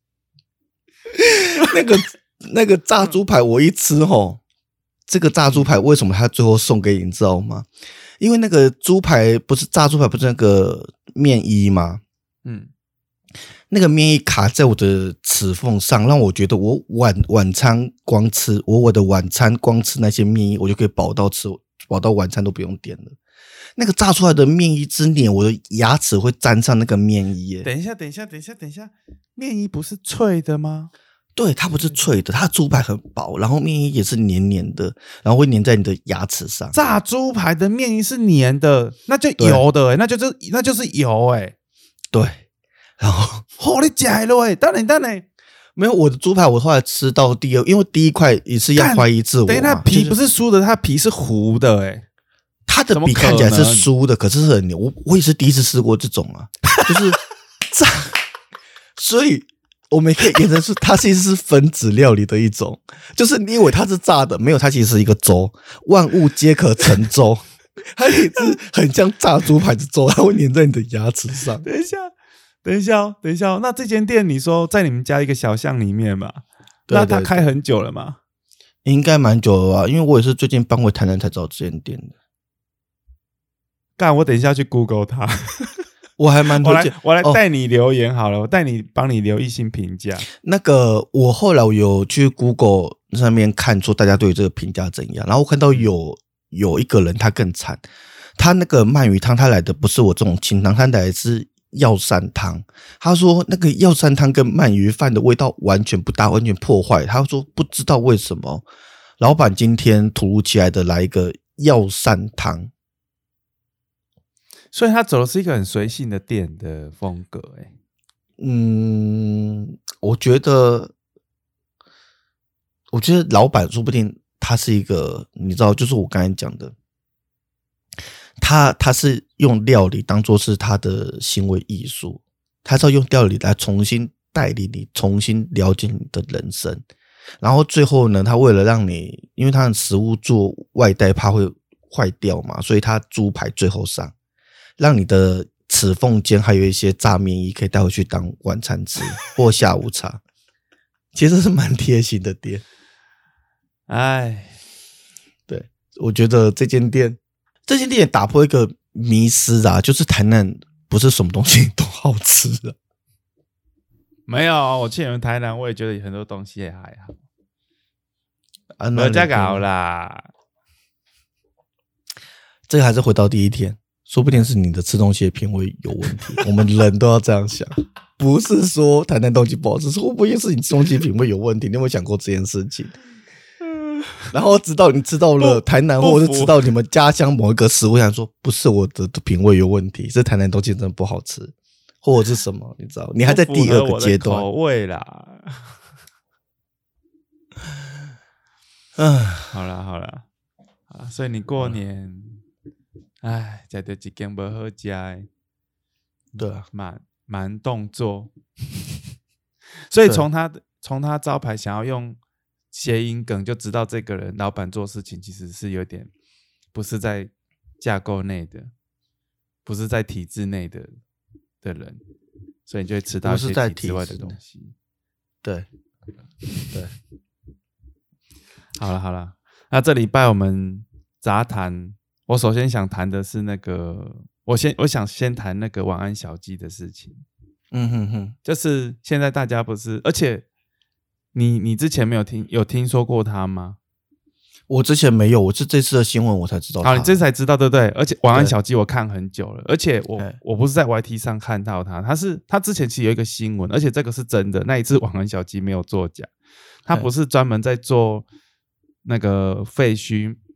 那个炸猪排我一吃吼，这个炸猪排为什么他最后送给你知道吗？因为那个猪排不是炸猪排，不是那个面衣吗？那个面衣卡在我的齿缝上，让我觉得我晚餐光吃我的晚餐光吃那些面衣，我就可以饱到晚餐都不用点了。那个炸出来的面衣之黏，我的牙齿会沾上那个面衣耶。 等一下，面衣不是脆的吗？ 对，它不是脆的，它的猪排很薄，然后面衣也是黏黏的，然后会黏在你的牙齿上。 炸猪排的面衣是黏的，那就油的欸，那就是油欸。 对。然后， 你假了欸！等等， 没有我的猪排，我后来吃到因为第一块也是要怀疑自我嘛。 等一下，它皮不是酥的，它皮是糊的欸。 它的皮看起来是酥的，可是很黏。我也是第一次吃过这种啊，就是炸，所以我们可以验证出它其实是分子料理的一种，就是你以为它是炸的，没有，它其实是一个粥，万物皆可成粥，它也是很像炸猪排的粥，它会黏在你的牙齿上。 等一下，那这间店你说在你们家一个小巷里面嘛？ 对， 那它开很久了吗？ 应该蛮久了吧，因为我也是最近搬回台南才知道这间店的。 干，我等一下去 Google 它。 我还蛮推荐， 我来带你留言好了，我帮你留一星评价。 那个我后来有去 Google 上面看说大家对这个评价怎样，然后我看到有一个人他更惨，他那个鳗鱼汤他来的不是我这种清汤，他来的是药膳汤。他说那个药膳汤跟鳗鱼饭的味道完全不搭，完全破坏。他说不知道为什么老板今天突如其来的来一个药膳汤。 所以他走的是一个很随性的店的风格欸。 我觉得老板说不定他是一个，你知道，就是我刚才讲的，他是用料理当作是他的行为艺术，他是要用料理来重新带领你，重新了解你的人生。然后最后呢，他为了让你，因为他的食物做外带怕会坏掉嘛，所以他猪排最后上，让你的齿缝间还有一些炸面衣可以带回去当晚餐吃或下午茶。其实是蛮贴心的店。 哎， 对，我觉得这间店也打破一个迷思啊，就是台南不是什么东西都好吃的。 没有，我去你们台南，我也觉得很多东西也还好。 没这个好啦， 这个还是回到第一天，说不定是你的吃东西的品味有问题。我们人都要这样想，不是说台南东西不好吃，是会不会是你吃东西品味有问题？你有没有想过这件事情？然后直到你吃到了台南，或者是吃到你们家乡某一个食物，想说不是我的品味有问题，是台南东西真的不好吃，或者是什么？你知道，你还在第二个阶段。 口味啦。好啦，所以你过年，吃到一间不好吃的， 对啊， 蛮动作。所以从他招牌想要用谐音梗，就知道这个人老板做事情其实是有点不是在架构内的，不是在体制内的人，所以你就会吃到一些体制外的东西。对，好了，那这礼拜我们杂谈，我首先想谈的是那个，我想先谈那个晚安小鸡的事情。就是现在大家不是，而且你之前没有听说过他吗？我之前没有，我是这次的新闻我才知道他。 好，你这次才知道对不对？而且晚安小鸡我看很久了，而且我不是在 YT 上看到他之前其实有一个新闻，而且这个是真的，那一次晚安小鸡没有作假，他不是专门在做那个废墟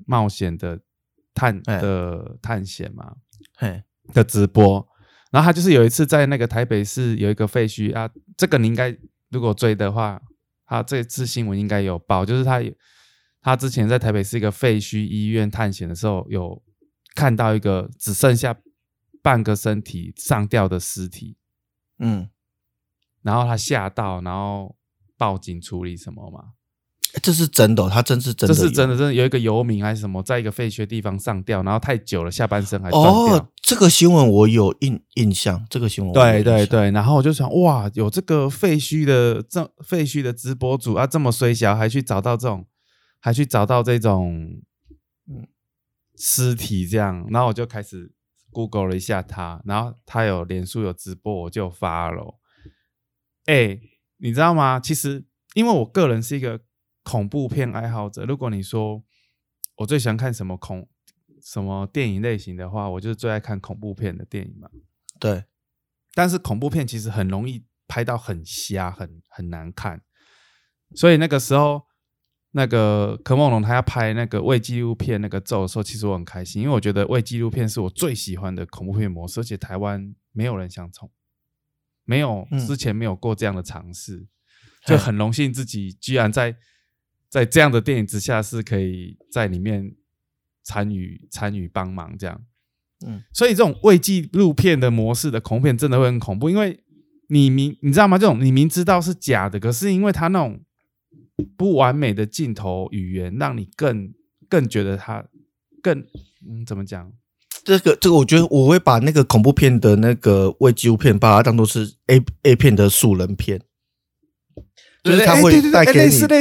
冒险的探险嘛的直播，然后他就是有一次在那个台北市有一个废墟啊，这个你应该如果追的话，他这次新闻应该有报，就是他之前在台北市一个废墟医院探险的时候，有看到一个只剩下半个身体上吊的尸体，然后他嚇到，然后报警处理什么嘛？ 这是真的，他真是真的， 这是真的，真的有一个游民还是什么，在一个废墟的地方上吊，然后太久了，下半身还断掉。 这个新闻我有印象，这个新闻对，然后我就想，哇，有这个废墟的直播主啊，这么衰小，还去找到这种尸体这样，然后我就开始 Google 了一下他，然后他有脸书有直播，我就发了。你知道吗？其实因为我个人是一个恐怖片爱好者，如果你说我最喜欢看什么电影类型的话，我就是最爱看恐怖片的电影嘛。 对， 但是恐怖片其实很容易拍到很瞎，很难看，所以那个时候那个柯梦龙他要拍那个伪纪录片那个咒的时候，其实我很开心，因为我觉得伪纪录片是我最喜欢的恐怖片模式，而且台湾没有人想之前没有过这样的尝试，就很荣幸自己居然在这样的电影之下是可以在里面参与帮忙这样。所以这种伪纪录片的模式的恐怖片真的会很恐怖，因为你知道吗？这种你明知道是假的，可是因为它那种不完美的镜头语言，让你更觉得它更怎么讲？ 这个，我觉得我会把那个恐怖片的那个伪纪录片，把它当作是 A 片的素人片，就是它会带给你类似，对，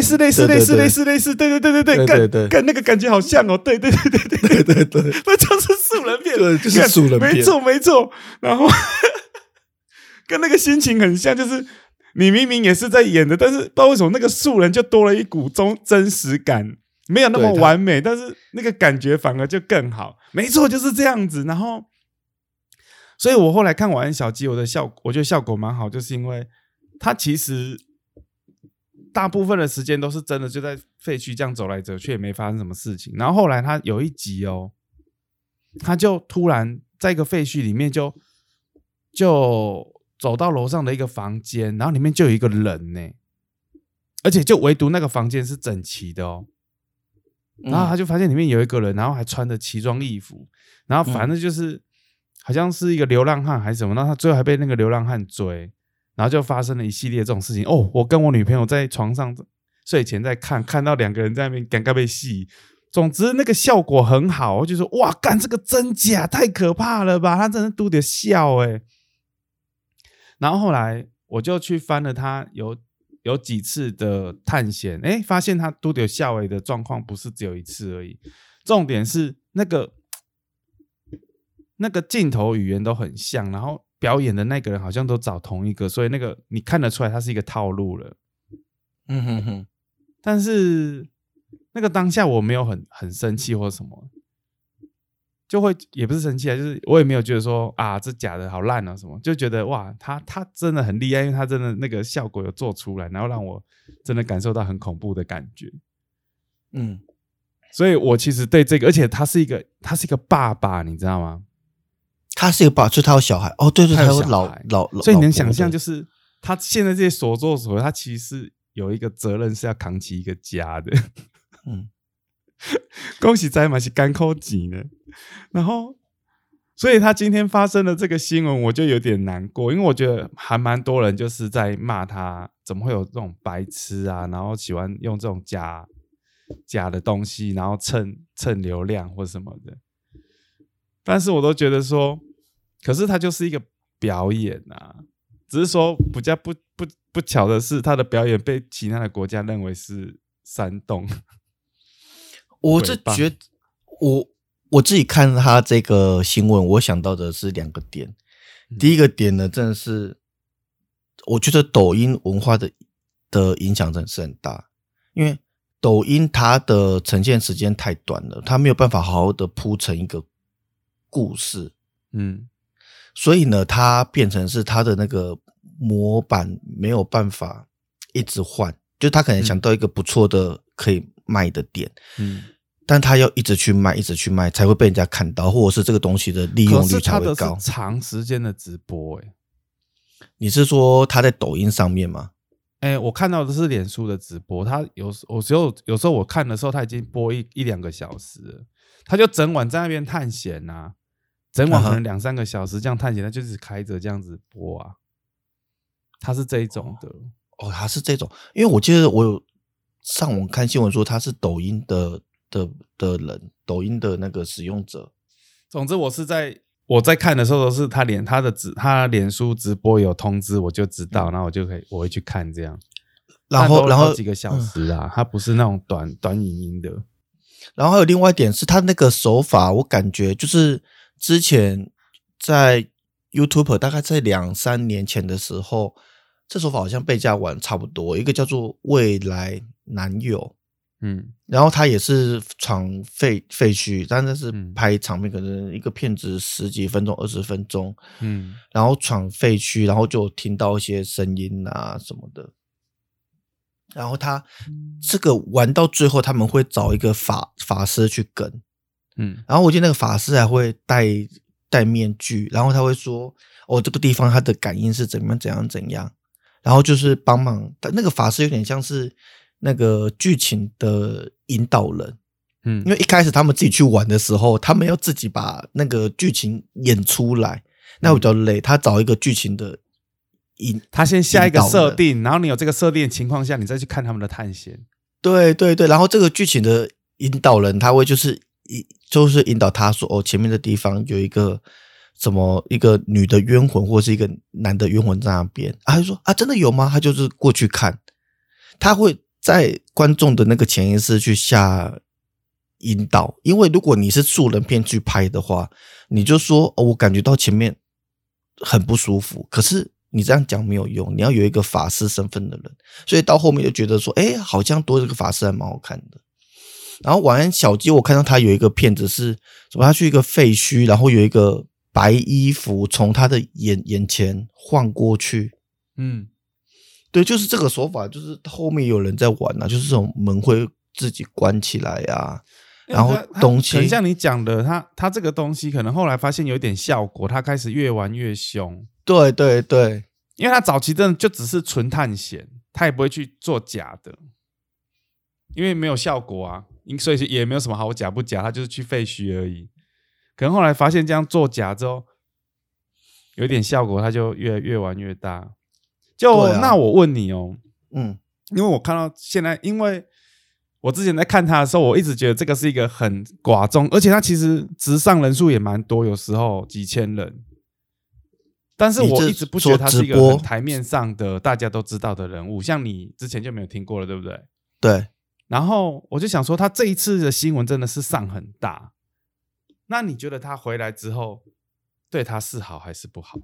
跟那个感觉好像哦，对，那就是素人片， 对，就是素人片， 没错，然后跟那个心情很像，就是你明明也是在演的，但是不知道为什么那个素人就多了一股真实感。没有那么完美，但是那个感觉反而就更好。没错，就是这样子。然后，所以我后来看完小鸡，我觉得效果蛮好，就是因为它其实大部分的时间都是真的就在废墟这样走来走去，也没发生什么事情。然后后来他有一集他就突然在一个废墟里面就走到楼上的一个房间，然后里面就有一个人呢，而且就唯独那个房间是整齐的哦。然后他就发现里面有一个人，然后还穿着奇装异服，然后反正就是好像是一个流浪汉还是什么，然后他最后还被那个流浪汉追，然后就发生了一系列这种事情。我跟我女朋友在床上睡前在看到两个人在那边尴尬被戏，总之那个效果很好，我就说哇，干这个真假太可怕了吧，他真的嘟点笑然后后来我就去翻了他有几次的探险，发现他都有下尾的状况不是只有一次而已。重点是那个镜头语言都很像，然后表演的那个人好像都找同一个，所以那个你看得出来它是一个套路了。但是那个当下我没有很生气或什么，就会也不是生气啊，就是我也没有觉得说啊这假的好烂啊什么，就觉得哇他真的很厉害，因为他真的那个效果有做出来，然后让我真的感受到很恐怖的感觉。所以我其实对这个，而且他是一个爸爸，你知道吗？ 他是一个爸爸，所以他有小孩哦，对，他有老， 所以你能想象，就是他现在这些所作所为，他其实是有一个责任是要扛起一个家的。恭喜在嘛是甘苦钱呢，然后所以他今天发生了这个新闻，我就有点难过，因为我觉得还蛮多人就是在骂他怎么会有这种白痴啊，然后喜欢用这种假的东西，然后蹭流量或什么的。但是我都觉得说，可是他就是一个表演啊，只是说比较不巧的是，他的表演被其他的国家认为是煽动。 我是觉得我自己看他这个新闻，我想到的是两个点。第一个点呢，真的是我觉得抖音文化的影响真的是很大，因为抖音它的呈现时间太短了，它没有办法好好的铺成一个故事，所以呢，它变成是它的那个模板没有办法一直换，就他可能想到一个不错的可以卖的点， 但他要一直去卖，一直去卖，才会被人家看到，或者是这个东西的利用率才会高。 可是他的是长时间的直播你是说他在抖音上面吗？ 我看到的是脸书的直播，他有时候我看的时候，他已经播一两个小时了，他就整晚在那边探险啊，整晚可能2-3个小时这样探险，他就是开着这样子播啊，他是这一种的。 他是这种，因为我记得我有上网看新闻说他是抖音的人，抖音的那个使用者。 总之我在看的时候都是他脸书直播有通知我就知道，然后我会去看这样。然后几个小时啊，他不是那种短影音的。 然后还有另外一点是他那个手法，我感觉就是之前在 YouTube 大概在2-3年前的时候，这手法好像被家玩差不多，一个叫做未来男友。然后他也是闯废墟，但是拍长片，可能一个片子10几分钟、20分钟，然后闯废墟，然後就听到一些声音啊什么的。然后他这个玩到最后，他们会找一个法师去跟，然后我记得那个法师还会戴面具，然后他会说，这个地方它的感应是怎样，然后就是帮忙。那个法师有点像是那个剧情的引导人，因为一开始他们自己去玩的时候，他们要自己把那个剧情演出来，那比较累。他找一个剧情的他先下一个设定，然后你有这个设定的情况下，你再去看他们的探险。 对，然后这个剧情的引导人，他会就是引导他说，前面的地方有一个什么一个女的冤魂，或是一个男的冤魂在那边，他就说真的有吗？他就是过去看，他会在观众的那个潜意识去下引导。因为如果你是素人片去拍的话，你就说我感觉到前面很不舒服，可是你这样讲没有用，你要有一个法师身份的人，所以到后面就觉得说好像多这个法师还蛮好看的。然后晚安小鸡，我看到他有一个片子是什么，他去一个废墟，然后有一个白衣服从他的眼前晃过去。对，就是这个手法，就是后面有人在玩啊，就是这种门会自己关起来啊，然后东西可能像你讲的，他这个东西可能后来发现有一点效果，他开始越玩越凶。 对， 因为他早期真的就只是纯探险，他也不会去做假的，因为没有效果啊，所以也没有什么好假不假，他就是去废墟而已。可能后来发现这样做假之后有一点效果，他就越玩越大。那我问你因为我看到现在，因为我之前在看他的时候，我一直觉得这个是一个很寡众，而且他其实直上人数也蛮多，有时候几千人。但是我一直不觉得他是一个很台面上的大家都知道的人物，像你之前就没有听过了，对不对？ 对。 然后我就想说，他这一次的新闻真的是上很大。那你觉得他回来之后，对他是好还是不好？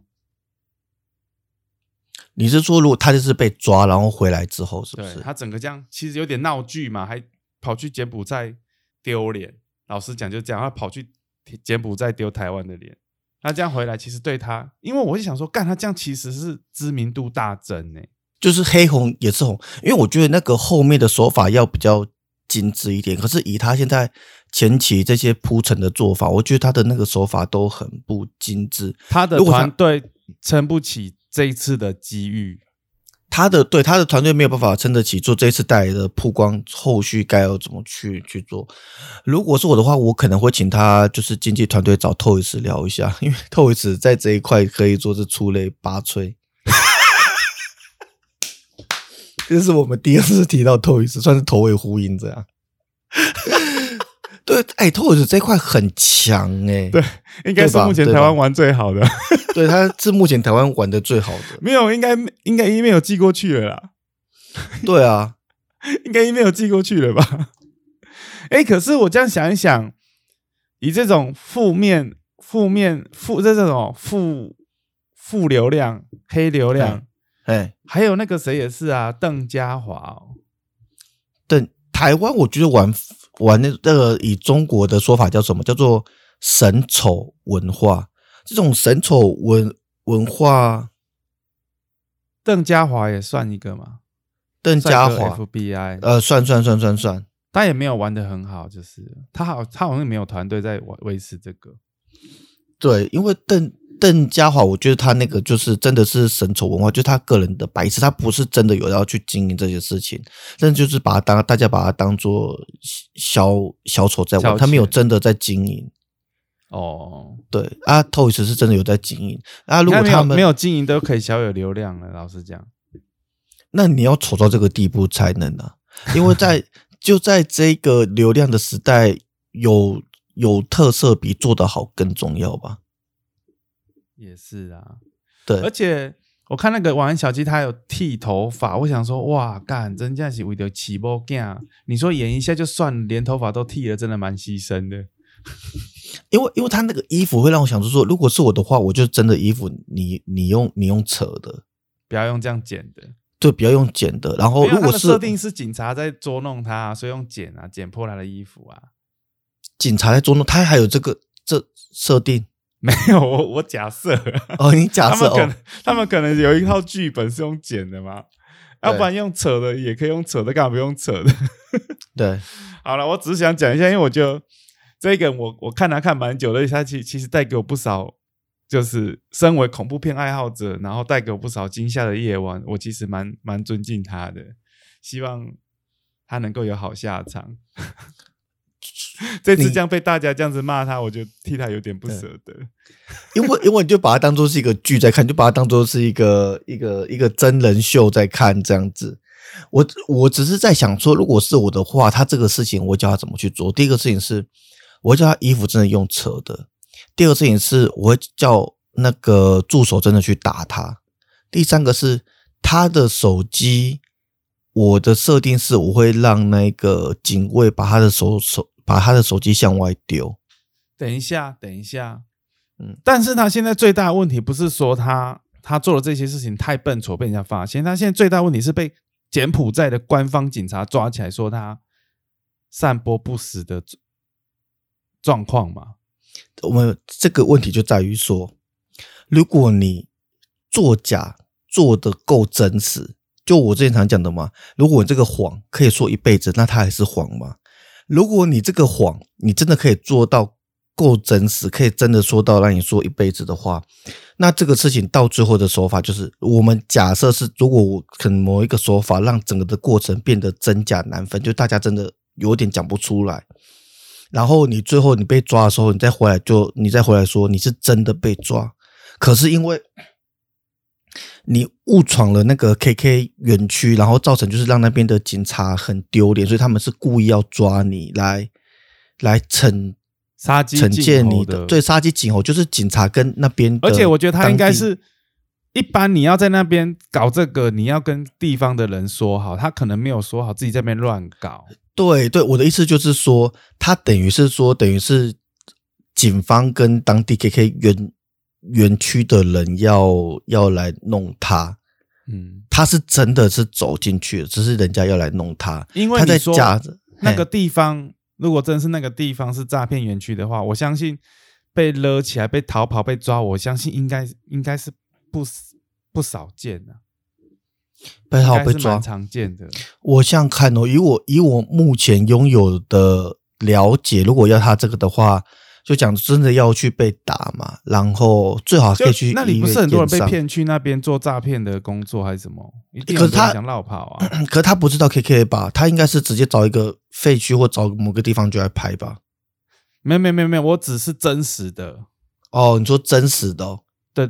你是说如果他就是被抓然后回来之后，是不是？ 对，他整个这样其实有点闹剧嘛，还跑去柬埔寨丢脸，老实讲就这样，他跑去柬埔寨丢台湾的脸，那这样回来其实对他，因为我就想说干，他这样其实是知名度大增就是黑红也是红，因为我觉得那个后面的手法要比较精致一点，可是以他现在前期这些铺陈的做法，我觉得他的那个手法都很不精致， 他的团队撑不起这一次的机遇， 他的团队没有办法撑得起做这一次带来的曝光，后续该要怎么去做。如果是我的话，我可能会请他就是经纪团队找 Toys 聊一下，因为 Toys 在这一块可以说是出类拔萃。这是我们第2次提到 Toys， 算是头尾呼应这样。对，Toys 这块很强对，应该是目前台湾玩最好的。 对，他是目前台湾玩的最好的。 没有，应该 email 寄过去了啦。 对啊， 应该 email 寄过去了吧？可是我这样想一想，以这种负流量、黑流量，还有那个谁也是啊，邓家华台湾我觉得玩那个以中国的说法叫什么？叫做神丑文化。这种神丑文化， 邓家华也算一个吗？ 邓家华 FBI 算。 他也没有玩得很好，就是他好像没有团队在维持这个。 对，因为邓家华，我觉得他那个就是真的是神丑文化，就是他个人的白痴，他不是真的有要去经营这些事情，但就是大家把他当做小丑在玩，他没有真的在经营。 哦， 对啊 ，Toys 是真的有在经营啊。如果他们没有经营，都可以小有流量了。老实讲， 那你要丑到这个地步才能啊，因为就在这个流量的时代，有特色比做得好更重要吧。 也是啊， 对， 而且我看那个晚安小鸡他有剃头发，我想说哇干，真的是为了起波干，你说演一下就算，连头发都剃了，真的蛮牺牲的。 因为他那个衣服会让我想说，如果是我的话，我就真的衣服你用扯的， 不要用这样剪的。 对，不要用剪的。然后如果是设定是警察在捉弄他，所以用剪破他的衣服啊。 警察在捉弄他，还有这设定。 没有，我假设哦，你假设他们可能有一套剧本是用剪的嘛，要不然用扯的也可以用扯的，干嘛不用扯的？ 对， 好了，我只是想讲一下，因为我就这个我看他看蛮久的，他其实带给我不少，就是身为恐怖片爱好者，然后带给我不少惊吓的夜晚，我其实蛮尊敬他的，希望他能够有好下场。这次这样被大家这样子骂他，我就替他有点不舍得。 因为你就把它当作是一个剧在看，就把它当作是一个真人秀在看这样子。我只是在想说，如果是我的话，他这个事情我教他怎么去做。第一个事情是，我会叫他衣服真的用扯的；第二个事情是，我会叫那个助手真的去打他；第三个是他的手机，我的设定是我会让那个警卫把他的手机向外丢。 等一下，但是他现在最大的问题不是说他做了这些事情太笨拙被人家发现，他现在最大的问题是被柬埔寨的官方警察抓起来，说他散播不实的状况嘛。 我们这个问题就在于说，如果你作假做得够真实，就我之前常讲的嘛，如果你这个谎可以说一辈子，那它还是谎吗？如果你这个谎你真的可以做到够真实，可以真的说到让你说一辈子的话，那这个事情到最后的手法就是，我们假设是，如果我可能某一个手法让整个的过程变得真假难分，就大家真的有点讲不出来，然后你最后你被抓的时候，你再回来说你是真的被抓，可是因为你误闯了那个 KK 园区，然后造成就是让那边的警察很丢脸，所以他们是故意要抓你来惩戒你的。对，杀鸡儆猴，就是警察跟那边的， 而且我觉得他应该是一般你要在那边搞这个，你要跟地方的人说好，他可能没有说好，自己在那边乱搞。 对，我的意思就是说，他等于是警方跟当地 KK 园区的人要来弄他，他是真的是走进去了，只是人家要来弄他， 因为他在夹着那个地方，如果真的是那个地方是诈骗园区的话，我相信被勒起来、被逃跑、被抓，我相信应该是不少见的， 被逃被抓蛮常见的。 我想看哦，以我目前拥有的了解，如果要他这个的话。就讲真的要去被打嘛，然后最好可以去医院。 那里不是很多人被骗去那边做诈骗的工作还是什么？可是他想绕跑啊。 可是他不知道 KK 吧？他应该是直接找一个废墟或找某个地方就来拍吧？ 没有，我只是真实的。 哦，你说真实的哦？ 对，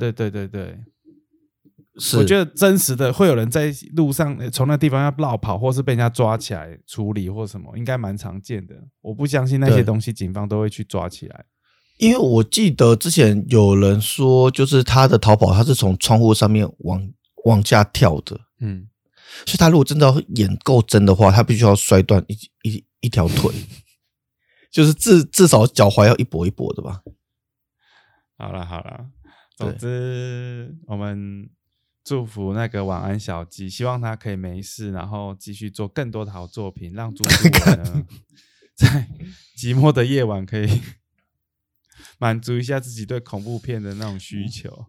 是。我觉得真实的会有人在路上从那地方要绕跑，或是被人家抓起来处理或什么，应该蛮常见的。我不相信那些东西警方都会去抓起来。 因为我记得之前有人说，就是他的逃跑，他是从窗户上面往下跳的。所以他如果真的要演够真的话，他必须要摔断一条腿，就是至少脚踝要一跛一跛的吧。 好了，总之我们祝福那个晚安小鸡，希望他可以没事，然后继续做更多的好作品，让猪猪呢在寂寞的夜晚可以满足一下自己对恐怖片的那种需求。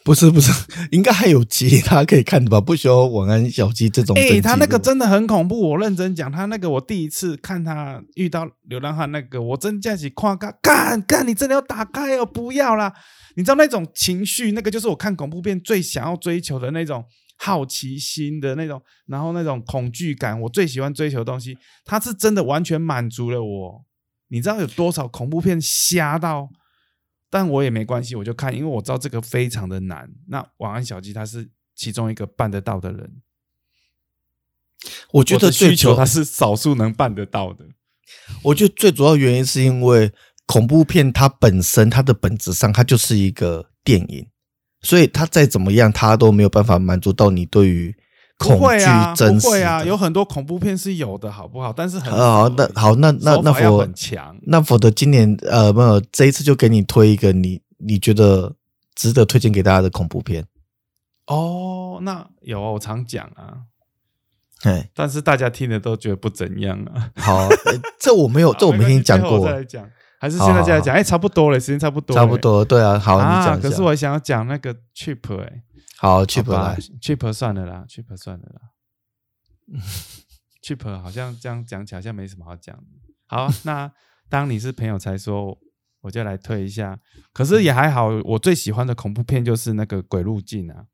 不是，应该还有其他可以看的吧？不需要晚安小鸡这种。 他那个真的很恐怖，我认真讲，他那个我第一次看他遇到流浪汉那个，我真的是看干，你真的要打开哦，不要啦！你知道那种情绪，那个就是我看恐怖片最想要追求的那种好奇心的那种，然后那种恐惧感，我最喜欢追求的东西，它是真的完全满足了我。你知道有多少恐怖片瞎到？但我也没关系，我就看，因为我知道这个非常的难。那晚安小鸡他是其中一个办得到的人， 我觉得需求他是少数能办得到的。 我觉得最主要原因是因为恐怖片它本身它的本质上它就是一个电影，所以它再怎么样它都没有办法满足到你对于恐惧真实的。 不会啊，有很多恐怖片是有的，好不好？但是很那否很强， 那否则今年没有这一次就给你推一个你觉得值得推荐给大家的恐怖片。 哦，那有我常讲啊，但是大家听的都觉得不怎样啊。 好，这我没有听你讲过， 再来讲，还是现在再来讲？差不多了，时间差不多， 对啊，好，你讲一下。 可是我想要讲那个 Cheap 好 ，Cheap 来 ，Cheap 算了啦 ，Cheap 好像这样讲起来好像没什么好讲的。好，那当你是朋友才说，我就来推一下。可是也还好，我最喜欢的恐怖片就是那个《鬼入境》啊。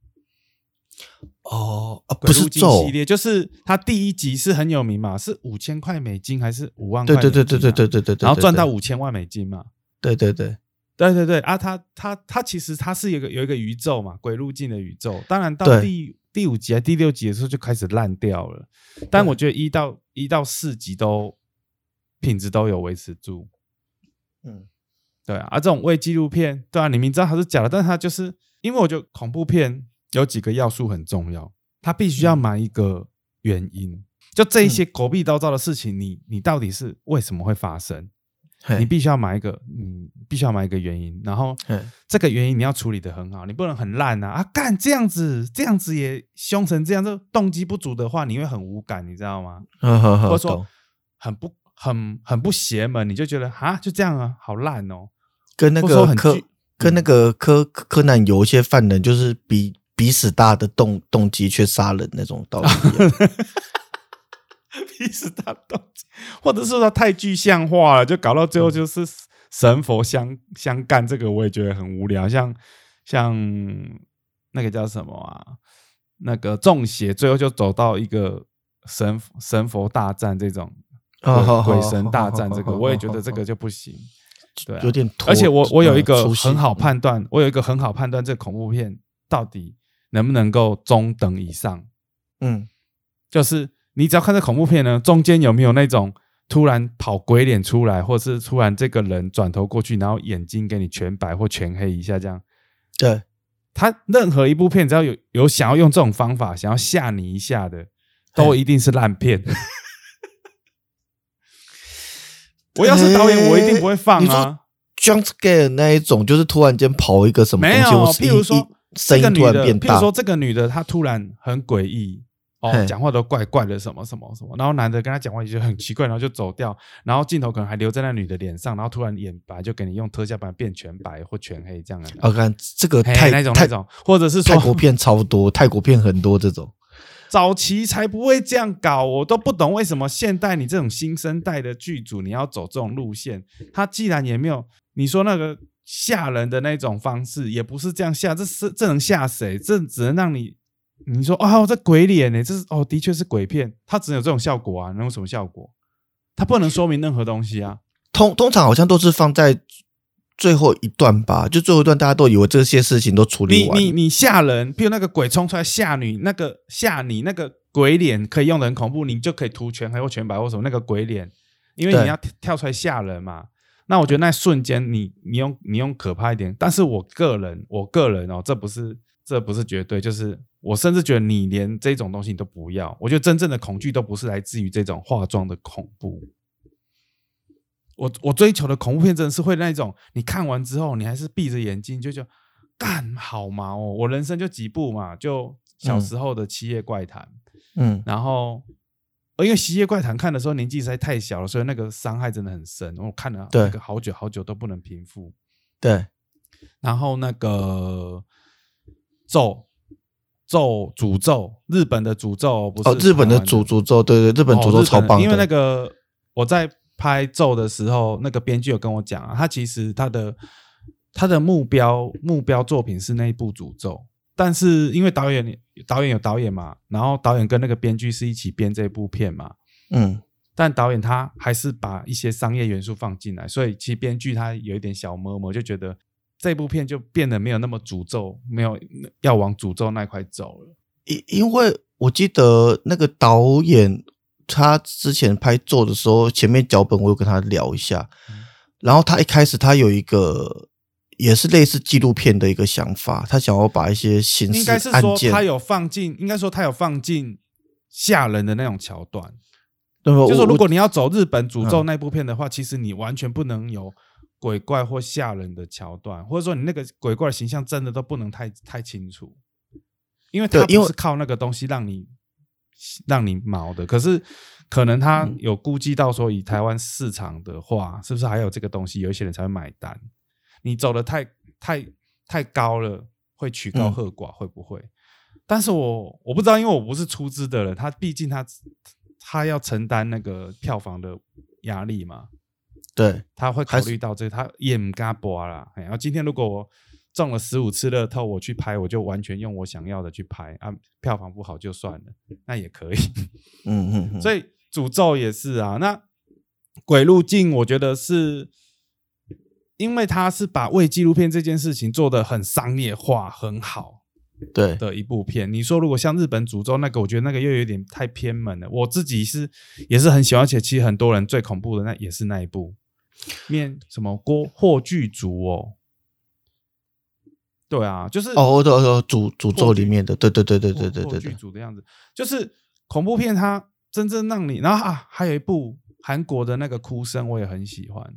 不是咒系列，就是它第一集是很有名嘛，是$5000还是5万块？ 对， 然后赚到$5000万嘛。 对啊，它其实它是有一个宇宙嘛，鬼入境的宇宙。当然到第5集还第6集的时候就开始烂掉了，但我觉得1到4集都品质都有维持住。对啊，这种伪纪录片，对啊，你明知道它是假的，但是它就是因为我觉得恐怖片有几个要素很重要，它必须要埋一个原因。就这一些狗屁叨叨的事情，你到底是为什么会发生？你必须要埋一个原因，然后这个原因你要处理得很好，你不能很烂啊！干这样子也凶成这样，这动机不足的话，你会很无感，你知道吗？或者说很不邪门，你就觉得就这样啊，好烂哦。 跟那个柯南有一些犯人就是鼻屎大的动机却杀人那种道理一样。 鼻屎大动机，或者是说太具象化了，就搞到最后就是神佛相干，这个我也觉得很无聊。像那个叫什么啊？那个中邪，最后就走到一个神佛大战这种鬼神大战，这个我也觉得这个就不行。对啊， 有点而且我有一个很好判断，这个恐怖片到底能不能够中等以上。就是你只要看这恐怖片呢，中间有没有那种突然跑鬼脸出来，或是突然这个人转头过去，然后眼睛给你全白或全黑一下这样。 对， 他任何一部片只要有想要用这种方法想要吓你一下的，都一定是烂片。我要是导演，我一定不会放啊。 jump scare 那一种，就是突然间跑一个什么东西， 没有，譬如说声音突然变大， 譬如说这个女的她突然很诡异讲话都怪怪的，什么什么什么，然后男的跟她讲话也就很奇怪，然后就走掉，然后镜头可能还留在那女的脸上，然后突然眼白就给你用特效把它变全白或全黑这样的。 看这个那种，或者是说泰国片超多，泰国片很多这种。 早期才不会这样搞，我都不懂为什么现代你这种新生代的剧组你要走这种路线。他既然也没有你说那个吓人的那种方式，也不是这样吓，这能吓谁？这只能让你说这鬼脸呢，这是的确是鬼片，它只有这种效果啊，能有什么效果？它不能说明任何东西啊。 通常好像都是放在最后一段吧，就最后一段大家都以为这些事情都处理完了。 你吓人，比如那个鬼冲出来吓你，那个鬼脸可以用的很恐怖，你就可以涂全黑或全白或什么那个鬼脸，因为你要跳出来吓人嘛。那我觉得那瞬间你用可怕一点，但是我个人这不是绝对，就是我甚至觉得你连这种东西你都不要。我觉得真正的恐惧都不是来自于这种化妆的恐怖。我追求的恐怖片真的是会那种，你看完之后你还是闭着眼睛就干好毛哦。我人生就几部嘛，就小时候的《七夜怪谈》，然后因为《七夜怪谈》看的时候年纪实在太小了，所以那个伤害真的很深，我看了那个好久都不能平复。 对， 然后那个诅咒，日本的诅咒不是日本的诅咒，对，日本诅咒超棒的。 因为那个我在拍咒的时候，那个编剧有跟我讲啊，他其实他的目标作品是那一部诅咒，但是因为导演有导演嘛，然后导演跟那个编剧是一起编这部片嘛，但导演他还是把一些商业元素放进来，所以其实编剧他有一点小摸摸，就觉得这部片就变得没有那么诅咒，没有要往诅咒那块走了。 因为我记得那个导演他之前拍咒的时候，前面脚本我有跟他聊一下，然后他一开始他有一个也是类似纪录片的一个想法，他想要把一些刑事案件， 应该是说他有放进吓人的那种桥段。就是说如果你要走日本诅咒那部片的话，其实你完全不能有鬼怪或吓人的桥段，或者说你那个鬼怪的形象真的都不能太清楚，因为他不是靠那个东西让你毛的。可是可能他有估计到说，以台湾市场的话，是不是还有这个东西，有一些人才会买单。你走的太高了，会曲高和寡，会不会？但是我不知道，因为我不是出资的人，他毕竟他要承担那个票房的压力嘛， 对， 他会考虑到这个，他也不敢播啦。然后今天如果我中了15次乐透，我去拍，我就完全用我想要的去拍啊，票房不好就算了，那也可以。所以诅咒也是啊。那鬼入境，我觉得是因为他是把伪纪录片这件事情做得很商业化，很好。 对的一部片，你说如果像日本诅咒那个，我觉得那个又有点太偏门了。我自己也是很喜欢，而且其实很多人最恐怖的那也是那一部什么霍炬族哦，对啊，就是诅咒里面的，对， 霍炬族的样子，就是恐怖片它真正让你，然后还有一部韩国的那个哭声，我也很喜欢。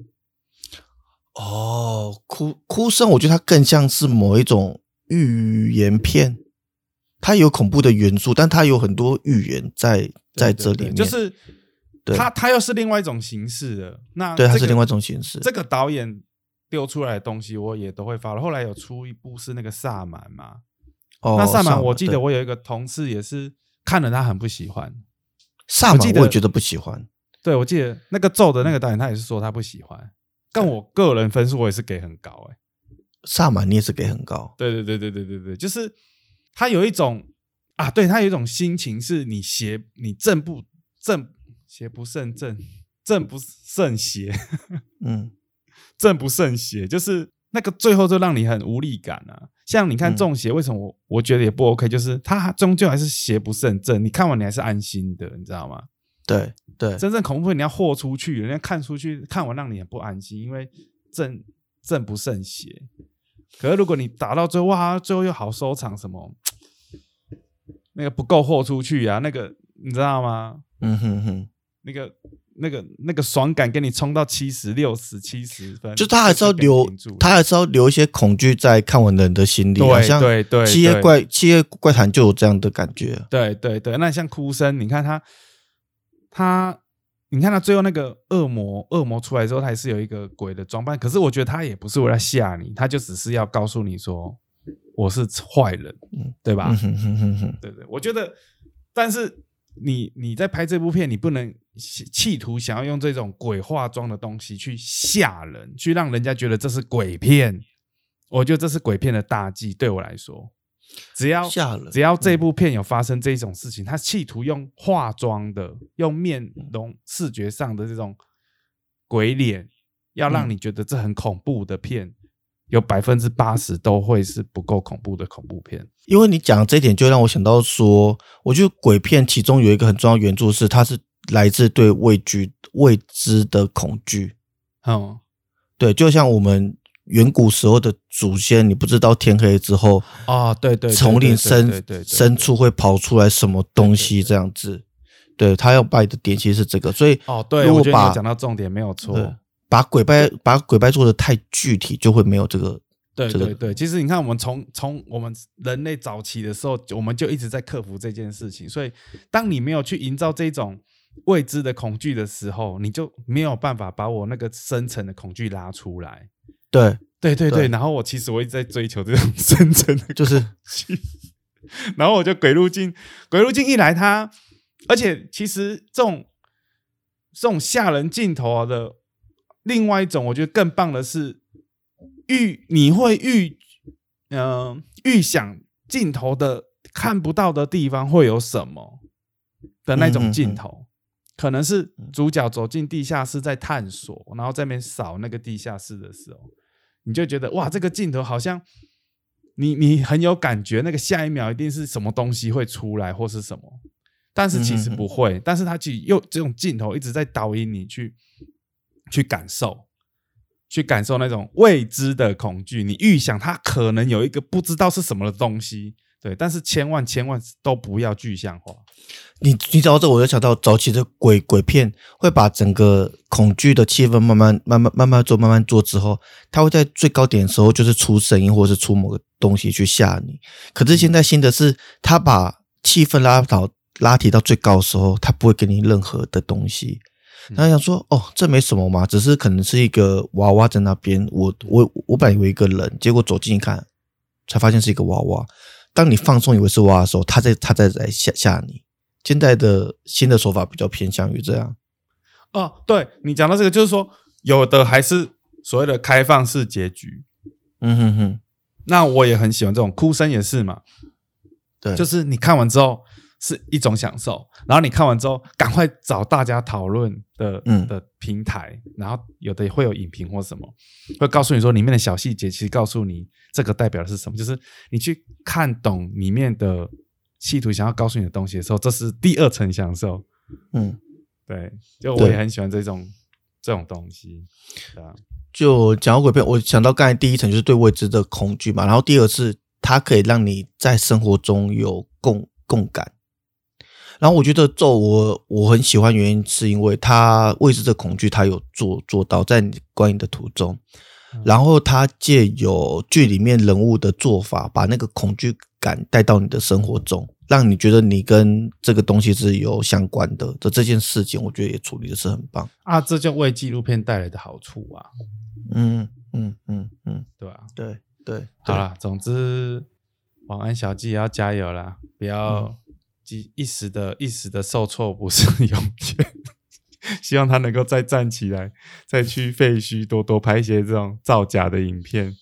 哭声，我觉得它更像是某一种寓言片，它有恐怖的元素，但它有很多寓言在这里面， 就是它又是另外一种形式的。那对，它是另外一种形式。 这个导演丢出来的东西，我也都会follow。后来有出一部是那个萨满嘛，那萨满我记得我有一个同事也是看了他很不喜欢。 萨满我也觉得不喜欢。 对，我记得那个咒的那个导演他也是说他不喜欢，但我个人分数我也是给很高萨满你也是给很高， 对，就是他有一种对，他有一种心情是你邪不胜正，正不胜邪，正不胜邪，就是那个最后就让你很无力感啊。像你看中邪，为什么我觉得也不 OK，就是他终究还是邪不胜正，你看完你还是安心的，你知道吗？ 对， 真正恐怖片你要豁出去，人家看出去，看完让你很不安心，因为正不胜邪。可是如果你打到最后，哇，最后又好收场，什么那个不够豁出去啊，那个你知道吗？那个爽感给你冲到70、60、70分， 就他还是要留一些恐惧在看完的人的心里。 对， 七夜怪谈就有这样的感觉。 对，那像哭声，你看他最后那个恶魔出来之后，他还是有一个鬼的装扮，可是我觉得他也不是为了吓你，他就只是要告诉你说我是坏人，对吧？对，我觉得，但是你在拍这部片，你不能企图想要用这种鬼化妆的东西去吓人，去让人家觉得这是鬼片。我觉得这是鬼片的大忌，对我来说。只要这部片有发生这种事情，他企图用化妆的、用面容视觉上的这种鬼脸，要让你觉得这很恐怖的片，有80%都会是不够恐怖的恐怖片。 因为你讲这一点，就让我想到说，我觉得鬼片其中有一个很重要的元素是，它是来自对未知的恐惧。对，就像我们远古时候的祖先，你不知道天黑之后对， 丛林深处会跑出来什么东西这样子。对，他要拜的点其实是这个，所以对，我觉得你讲到重点没有错。 把鬼拜做的太具体，就会没有这个。 对，其实你看，我们从我们人类早期的时候，我们就一直在克服这件事情。所以，当你没有去营造这种未知的恐惧的时候，你就没有办法把我那个深层的恐惧拉出来。 对对对， 对然后我其实一直在追求这种深层的就是恐惧然后我就鬼入境一来它，而且其实这种吓人镜头的另外一种，我觉得更棒的是你会预想镜头的看不到的地方会有什么的那种镜头，可能是主角走进地下室在探索，然后在那边扫那个地下室的时候，你就觉得哇，这个镜头好像你很有感觉，那个下一秒一定是什么东西会出来或是什么，但是其实不会，但是它其实用这种镜头一直在导引你去感受那种未知的恐惧，你预想它可能有一个不知道是什么的东西，对，但是千万都不要具象化。 你讲到这，我就想到早期的鬼片会把整个恐惧的气氛慢慢做之后，它会在最高点的时候就是出声音或是出某个东西去吓你。可是现在新的是，它把气氛拉提到最高的时候，它不会给你任何的东西。然后想说，哦，这没什么嘛，只是可能是一个娃娃在那边。我本来以为一个人，结果走近一看，才发现是一个娃娃。当你放松以为是娃娃的时候，他在来吓你。现在的新的手法比较偏向于这样。 哦，对，你讲到这个，就是说有的还是所谓的开放式结局。那我也很喜欢这种，哭声也是嘛。对，就是你看完之后是一种享受，然后你看完之后赶快找大家讨论的平台，然后有的会有影评或什么，会告诉你说里面的小细节，其实告诉你这个代表的是什么，就是你去看懂里面的企图想要告诉你的东西的时候，这是第二层享受。对，就我也很喜欢这种东西。对啊， 就讲到鬼片，我想到刚才第一层就是对未知的恐惧嘛，然后第二是它可以让你在生活中有共感。然后我觉得我很喜欢原因是因为它未知的恐惧它有做到在你观影的途中，然后它借有剧里面人物的做法，把那个恐惧感带到你的生活中，让你觉得你跟这个东西是有相关的这件事情，我觉得也处理的是很棒啊，这就为纪录片带来的好处啊。对啊， 对， 好啦，总之晚安小纪也要加油啦，不要一时的受挫不是永远。希望他能够再站起来，再去废墟多拍一些这种造假的影片。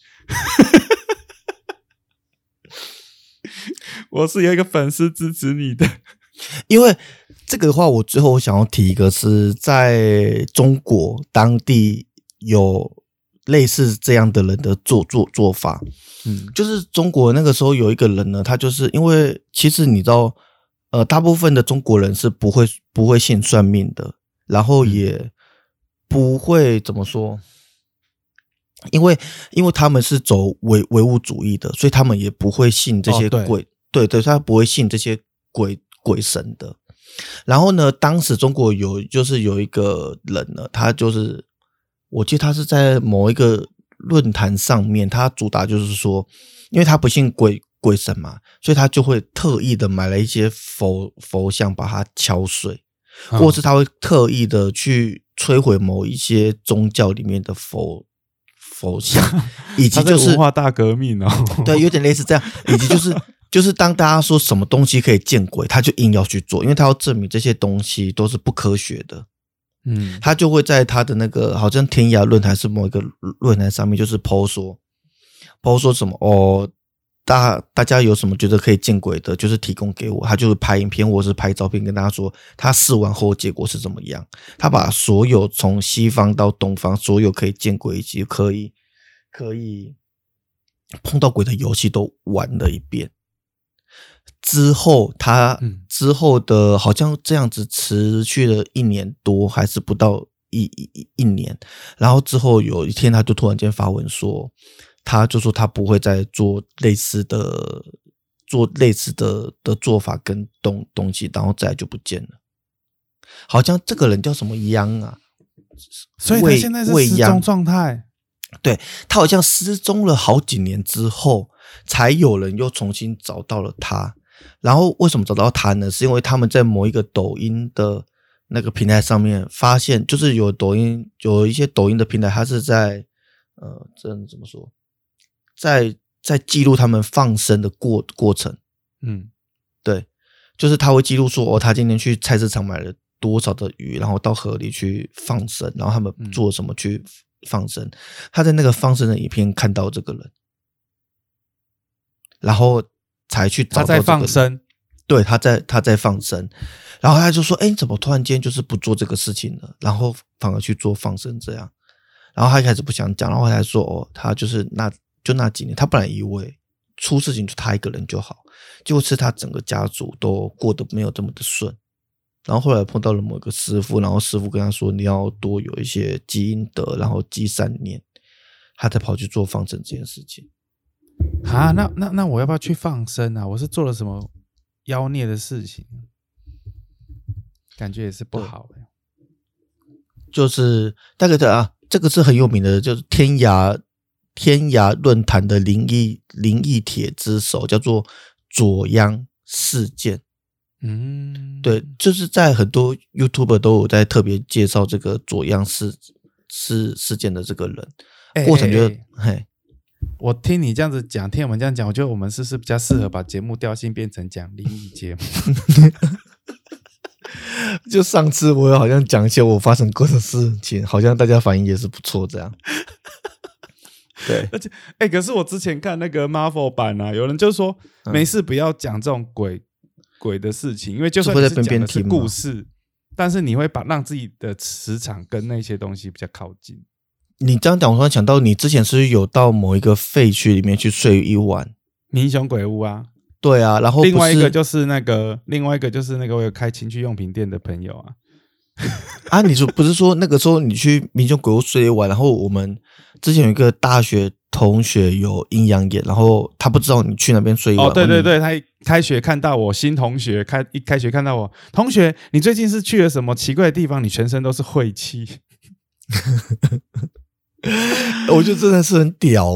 我是有一个粉丝支持你的， 因为这个的话，我最后想要提一个是在中国当地有类似这样的人的做法。就是中国那个时候有一个人呢，他就是因为其实你知道，大部分的中国人是不会信算命的，然后也不会怎么说，因为他们是走唯物主义的，所以他们也不会信这些鬼。对，他不会信这些鬼神的。然后呢，当时中国有一个人呢，他就是我记得他是在某一个论坛上面，他主打就是说，因为他不信鬼神嘛，所以他就会特意的买了一些佛像把它敲碎，或者是他会特意的去摧毁某一些宗教里面的佛像，以及就是文化大革命哦， 对，有点类似这样，以及就是当大家说什么东西可以见鬼，他就硬要去做，因为他要证明这些东西都是不科学的。他就会在他的那个好像天涯论坛是某一个论坛上面，就是 po 说什么大家有什么觉得可以见鬼的，就是提供给我。他就是拍影片或是拍照片跟大家说他试完后结果是怎么样。他把所有从西方到东方所有可以见鬼以及可以碰到鬼的游戏都玩了一遍。之后的好像这样子持续了1年多，还是不到一年。然后之后有一天，他就突然间发文说，他就说他不会再做类似的做法跟东西，然后再来就不见了。好像这个人叫什么央啊？ 所以他现在是失踪状态。 对，他好像失踪了好几年之后，才有人又重新找到了他。然后为什么找到他呢？是因为他们在某一个抖音的那个平台上面发现，就是有一些抖音的平台，它是在这怎么说，在记录他们放生的过程。对，就是他会记录说他今天去菜市场买了多少的鱼，然后到河里去放生，然后他们做什么去放生。他在那个放生的影片看到这个人，然后才去找到这个人。 他在放生。 对，他在放生，然后他就说：“怎么突然间就是不做这个事情了，然后反而去做放生这样？”然后他一开始不想讲，然后他说：“他就是那几年，他本来以为出事情就他一个人就好，结果是他整个家族都过得没有这么的顺。然后后来碰到了某个师傅，然后师傅跟他说：你要多有一些积阴德，然后积善念，他才跑去做放生这件事情。” 啊，那我要不要去放生啊？我是做了什么妖孽的事情，感觉也是不好的。 就是大概这个是很有名的，就是天涯论坛的灵异帖之首，叫做左央事件。对，就是在很多 YouTuber 都有在特别介绍这个左央事件的这个人，过程就我听你这样子讲，听我们这样讲，我觉得我们是不是比较适合把节目调性变成讲灵异节目？ 就上次我好像讲一些我发生过的事情，好像大家反应也是不错，这样。对， 而且可是我之前看那个 Marvel 版啊，有人就说没事不要讲这种鬼的事情，因为就算你是讲的是故事，但是你会让自己的磁场跟那些东西比较靠近。 你这样讲，我突然想到，你之前是不是有到某一个废墟里面去睡一晚？ 民雄鬼屋啊。 对啊，然后另外一个就是那个我有开情趣用品店的朋友啊。 啊，你说不是说那个时候你去民雄鬼屋睡一晚，然后我们之前有一个大学同学有阴阳眼，然后他不知道你去那边睡一晚。 对对对，他开学看到我，新同学一开学看到我，同学你最近是去了什么奇怪的地方？你全身都是晦气。 我觉得真的是很屌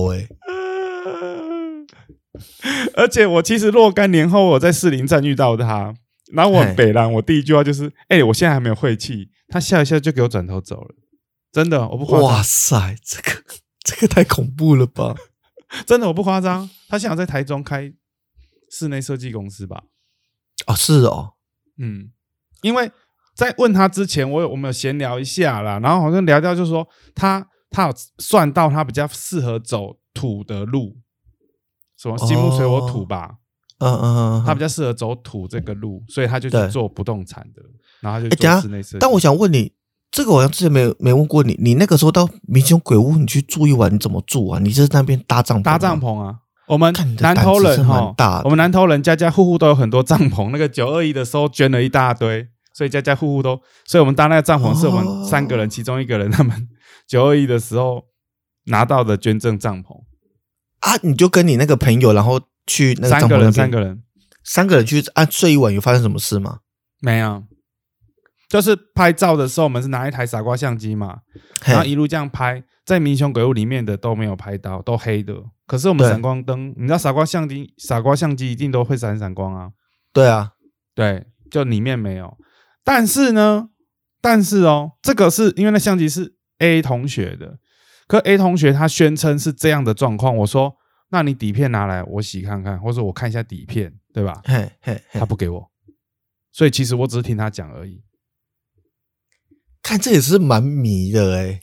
而且我其实若干年后我在士林站遇到他，然后我很北蓝，我第一句话就是我现在还没有晦气，他笑一笑就给我转头走了，真的我不夸张。 哇塞，这个太恐怖了吧。 真的我不夸张，他现在在台中开室内设计公司吧。 是哦。 因为在问他之前我们有闲聊一下啦，然后好像聊到就是说他有算到他比较适合走土的路，什么金木水火土吧。他比较适合走土这个路，所以他就去做不动产的，然后他就做室内设计。 但我想问你，这个我好像之前没问过你，你那个时候到民雄鬼屋你去住一晚，你怎么住啊？你是在那边搭帐篷？ 搭帐篷啊。我们南投人我们南投人家家户户都有很多帐篷，那个921的时候捐了一大堆，所以家家户户都，所以我们搭那个帐篷是我们3个人其中1个人他们921的时候拿到的捐赠帐篷啊。你就跟你那个朋友然后去那个帐篷那边3个人去睡一晚，有发生什么事吗？ 没有，就是拍照的时候我们是拿一台傻瓜相机嘛，然后一路这样拍，在民雄鬼屋里面的都没有拍到，都黑的。可是我们闪光灯，你知道傻瓜相机一定都会闪光啊。 对啊， 对，就里面没有。但是这个是因为那相机是 A 同学的，可 A 同学他宣称是这样的状况，我说那你底片拿来我洗看看，或者我看一下底片，对吧？他不给我，所以其实我只是听他讲而已。 看这也是蛮迷的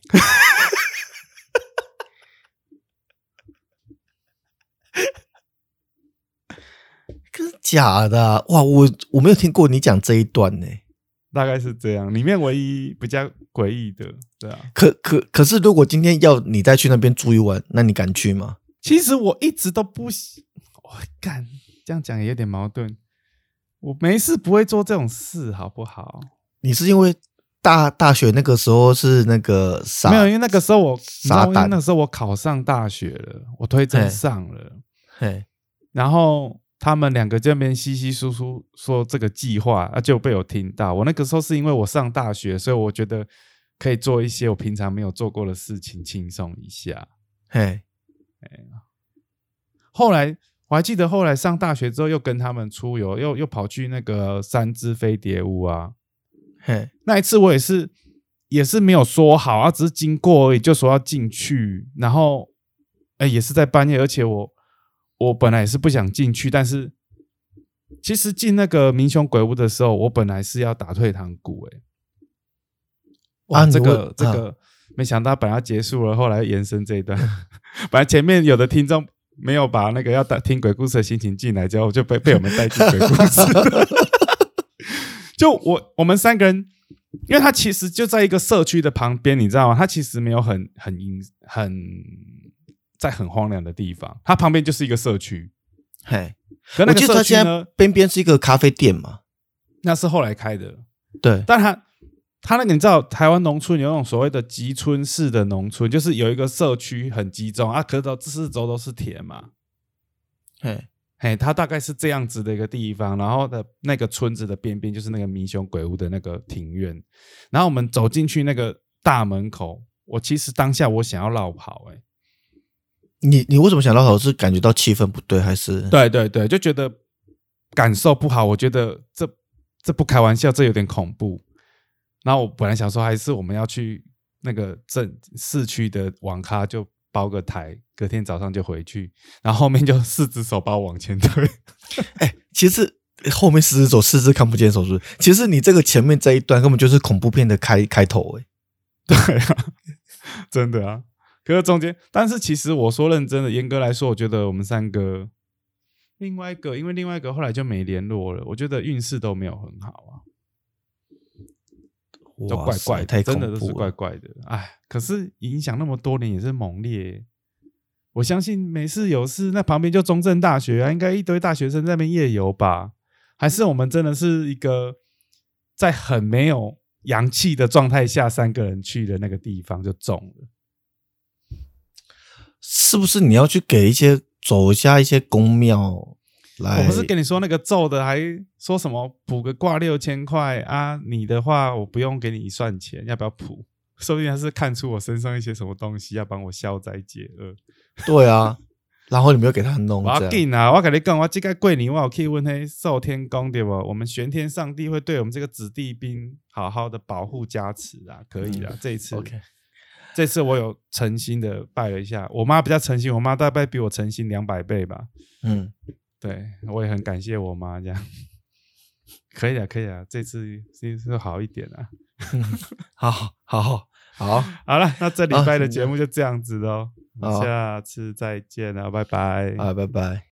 真的假的啊？哇，我没有听过你讲这一段呢。 大概是这样，里面唯一比较诡异的，对啊。 可是，如果今天要你再去那边住一晚，那你敢去吗？ 其实我一直都不敢，这样讲也有点矛盾。我没事不会做这种事，好不好？ 你是因为大学那个时候是那个没有，因为那个时候我考上大学了，我推甄上了，然后他们2个这边稀稀疏疏说这个计划就被我听到。我那个时候是因为我上大学，所以我觉得可以做一些我平常没有做过的事情，轻松一下。后来我还记得，后来上大学之后又跟他们出游，又跑去那个3只飞碟屋啊。那一次我也是也是没有说好，只是经过而已，就说要进去，然后也是在半夜，而且我本来也是不想进去，但是其实进那个民雄鬼屋的时候，我本来是要打退堂鼓哇，这个没想到本来要结束了，后来延伸这一段，本来前面有的听众没有把那个要听鬼故事的心情进来，之后就被我们带进鬼故事。就我们3个人，因为他其实就在一个社区的旁边，你知道吗？他其实没有很在很荒凉的地方，它旁边就是一个社区。 嘿， 可那个社区呢， 我记得他现在边边是一个咖啡店嘛， 那是后来开的。 对， 但他那个你知道，台湾农村有那种所谓的集村式的农村，就是有一个社区很集中啊，可是四周都是田嘛。嘿，它大概是这样子的一个地方，然后的那个村子的边边就是那个民雄鬼屋的那个庭院，然后我们走进去那个大门口，我其实当下我想要绕跑你为什么想绕跑？是感觉到气氛不对，还是？ 对对对，就觉得感受不好，我觉得这不开玩笑，这有点恐怖。然后我本来想说，还是我们要去那个市区的网咖就包个台，隔天早上就回去，然后后面就4只手把我往前推。 其实后面4只手4只看不见手是不是？其实你这个前面这一段根本就是恐怖片的开头对啊，真的啊。可是中间，但是其实我说认真的，严格来说，我觉得我们3个，因为另外一个后来就没联络了，我觉得运势都没有很好啊。就怪怪的，真的都是怪怪的。可是影响那么多年也是猛烈。我相信没事有事，那旁边就中正大学啊，应该一堆大学生在那边夜游吧？还是我们真的是一个在很没有阳气的状态下，3个人去的那个地方就中了？ 是不是你要去走一下一些宫庙？ 我不是跟你说那个咒的，还说什么卜个卦6000块啊？你的话我不用给你一算钱，要不要卜？说不定他是看出我身上一些什么东西，要帮我消灾解厄。 对啊，然后你没有给他弄。 我要紧啊！我跟你讲，我这个过年我有去问那寿天公对不？我们玄天上帝会对我们这个子弟兵好好的保护加持啊，可以啦。这一次 OK， 这次我有诚心的拜了一下，我妈比较诚心，我妈大概比我诚心200倍吧。对，我也很感谢我妈这样。可以啊，这次是好一点啊。好了，那这礼拜的节目就这样子咯，下次再见了，拜拜。 拜拜。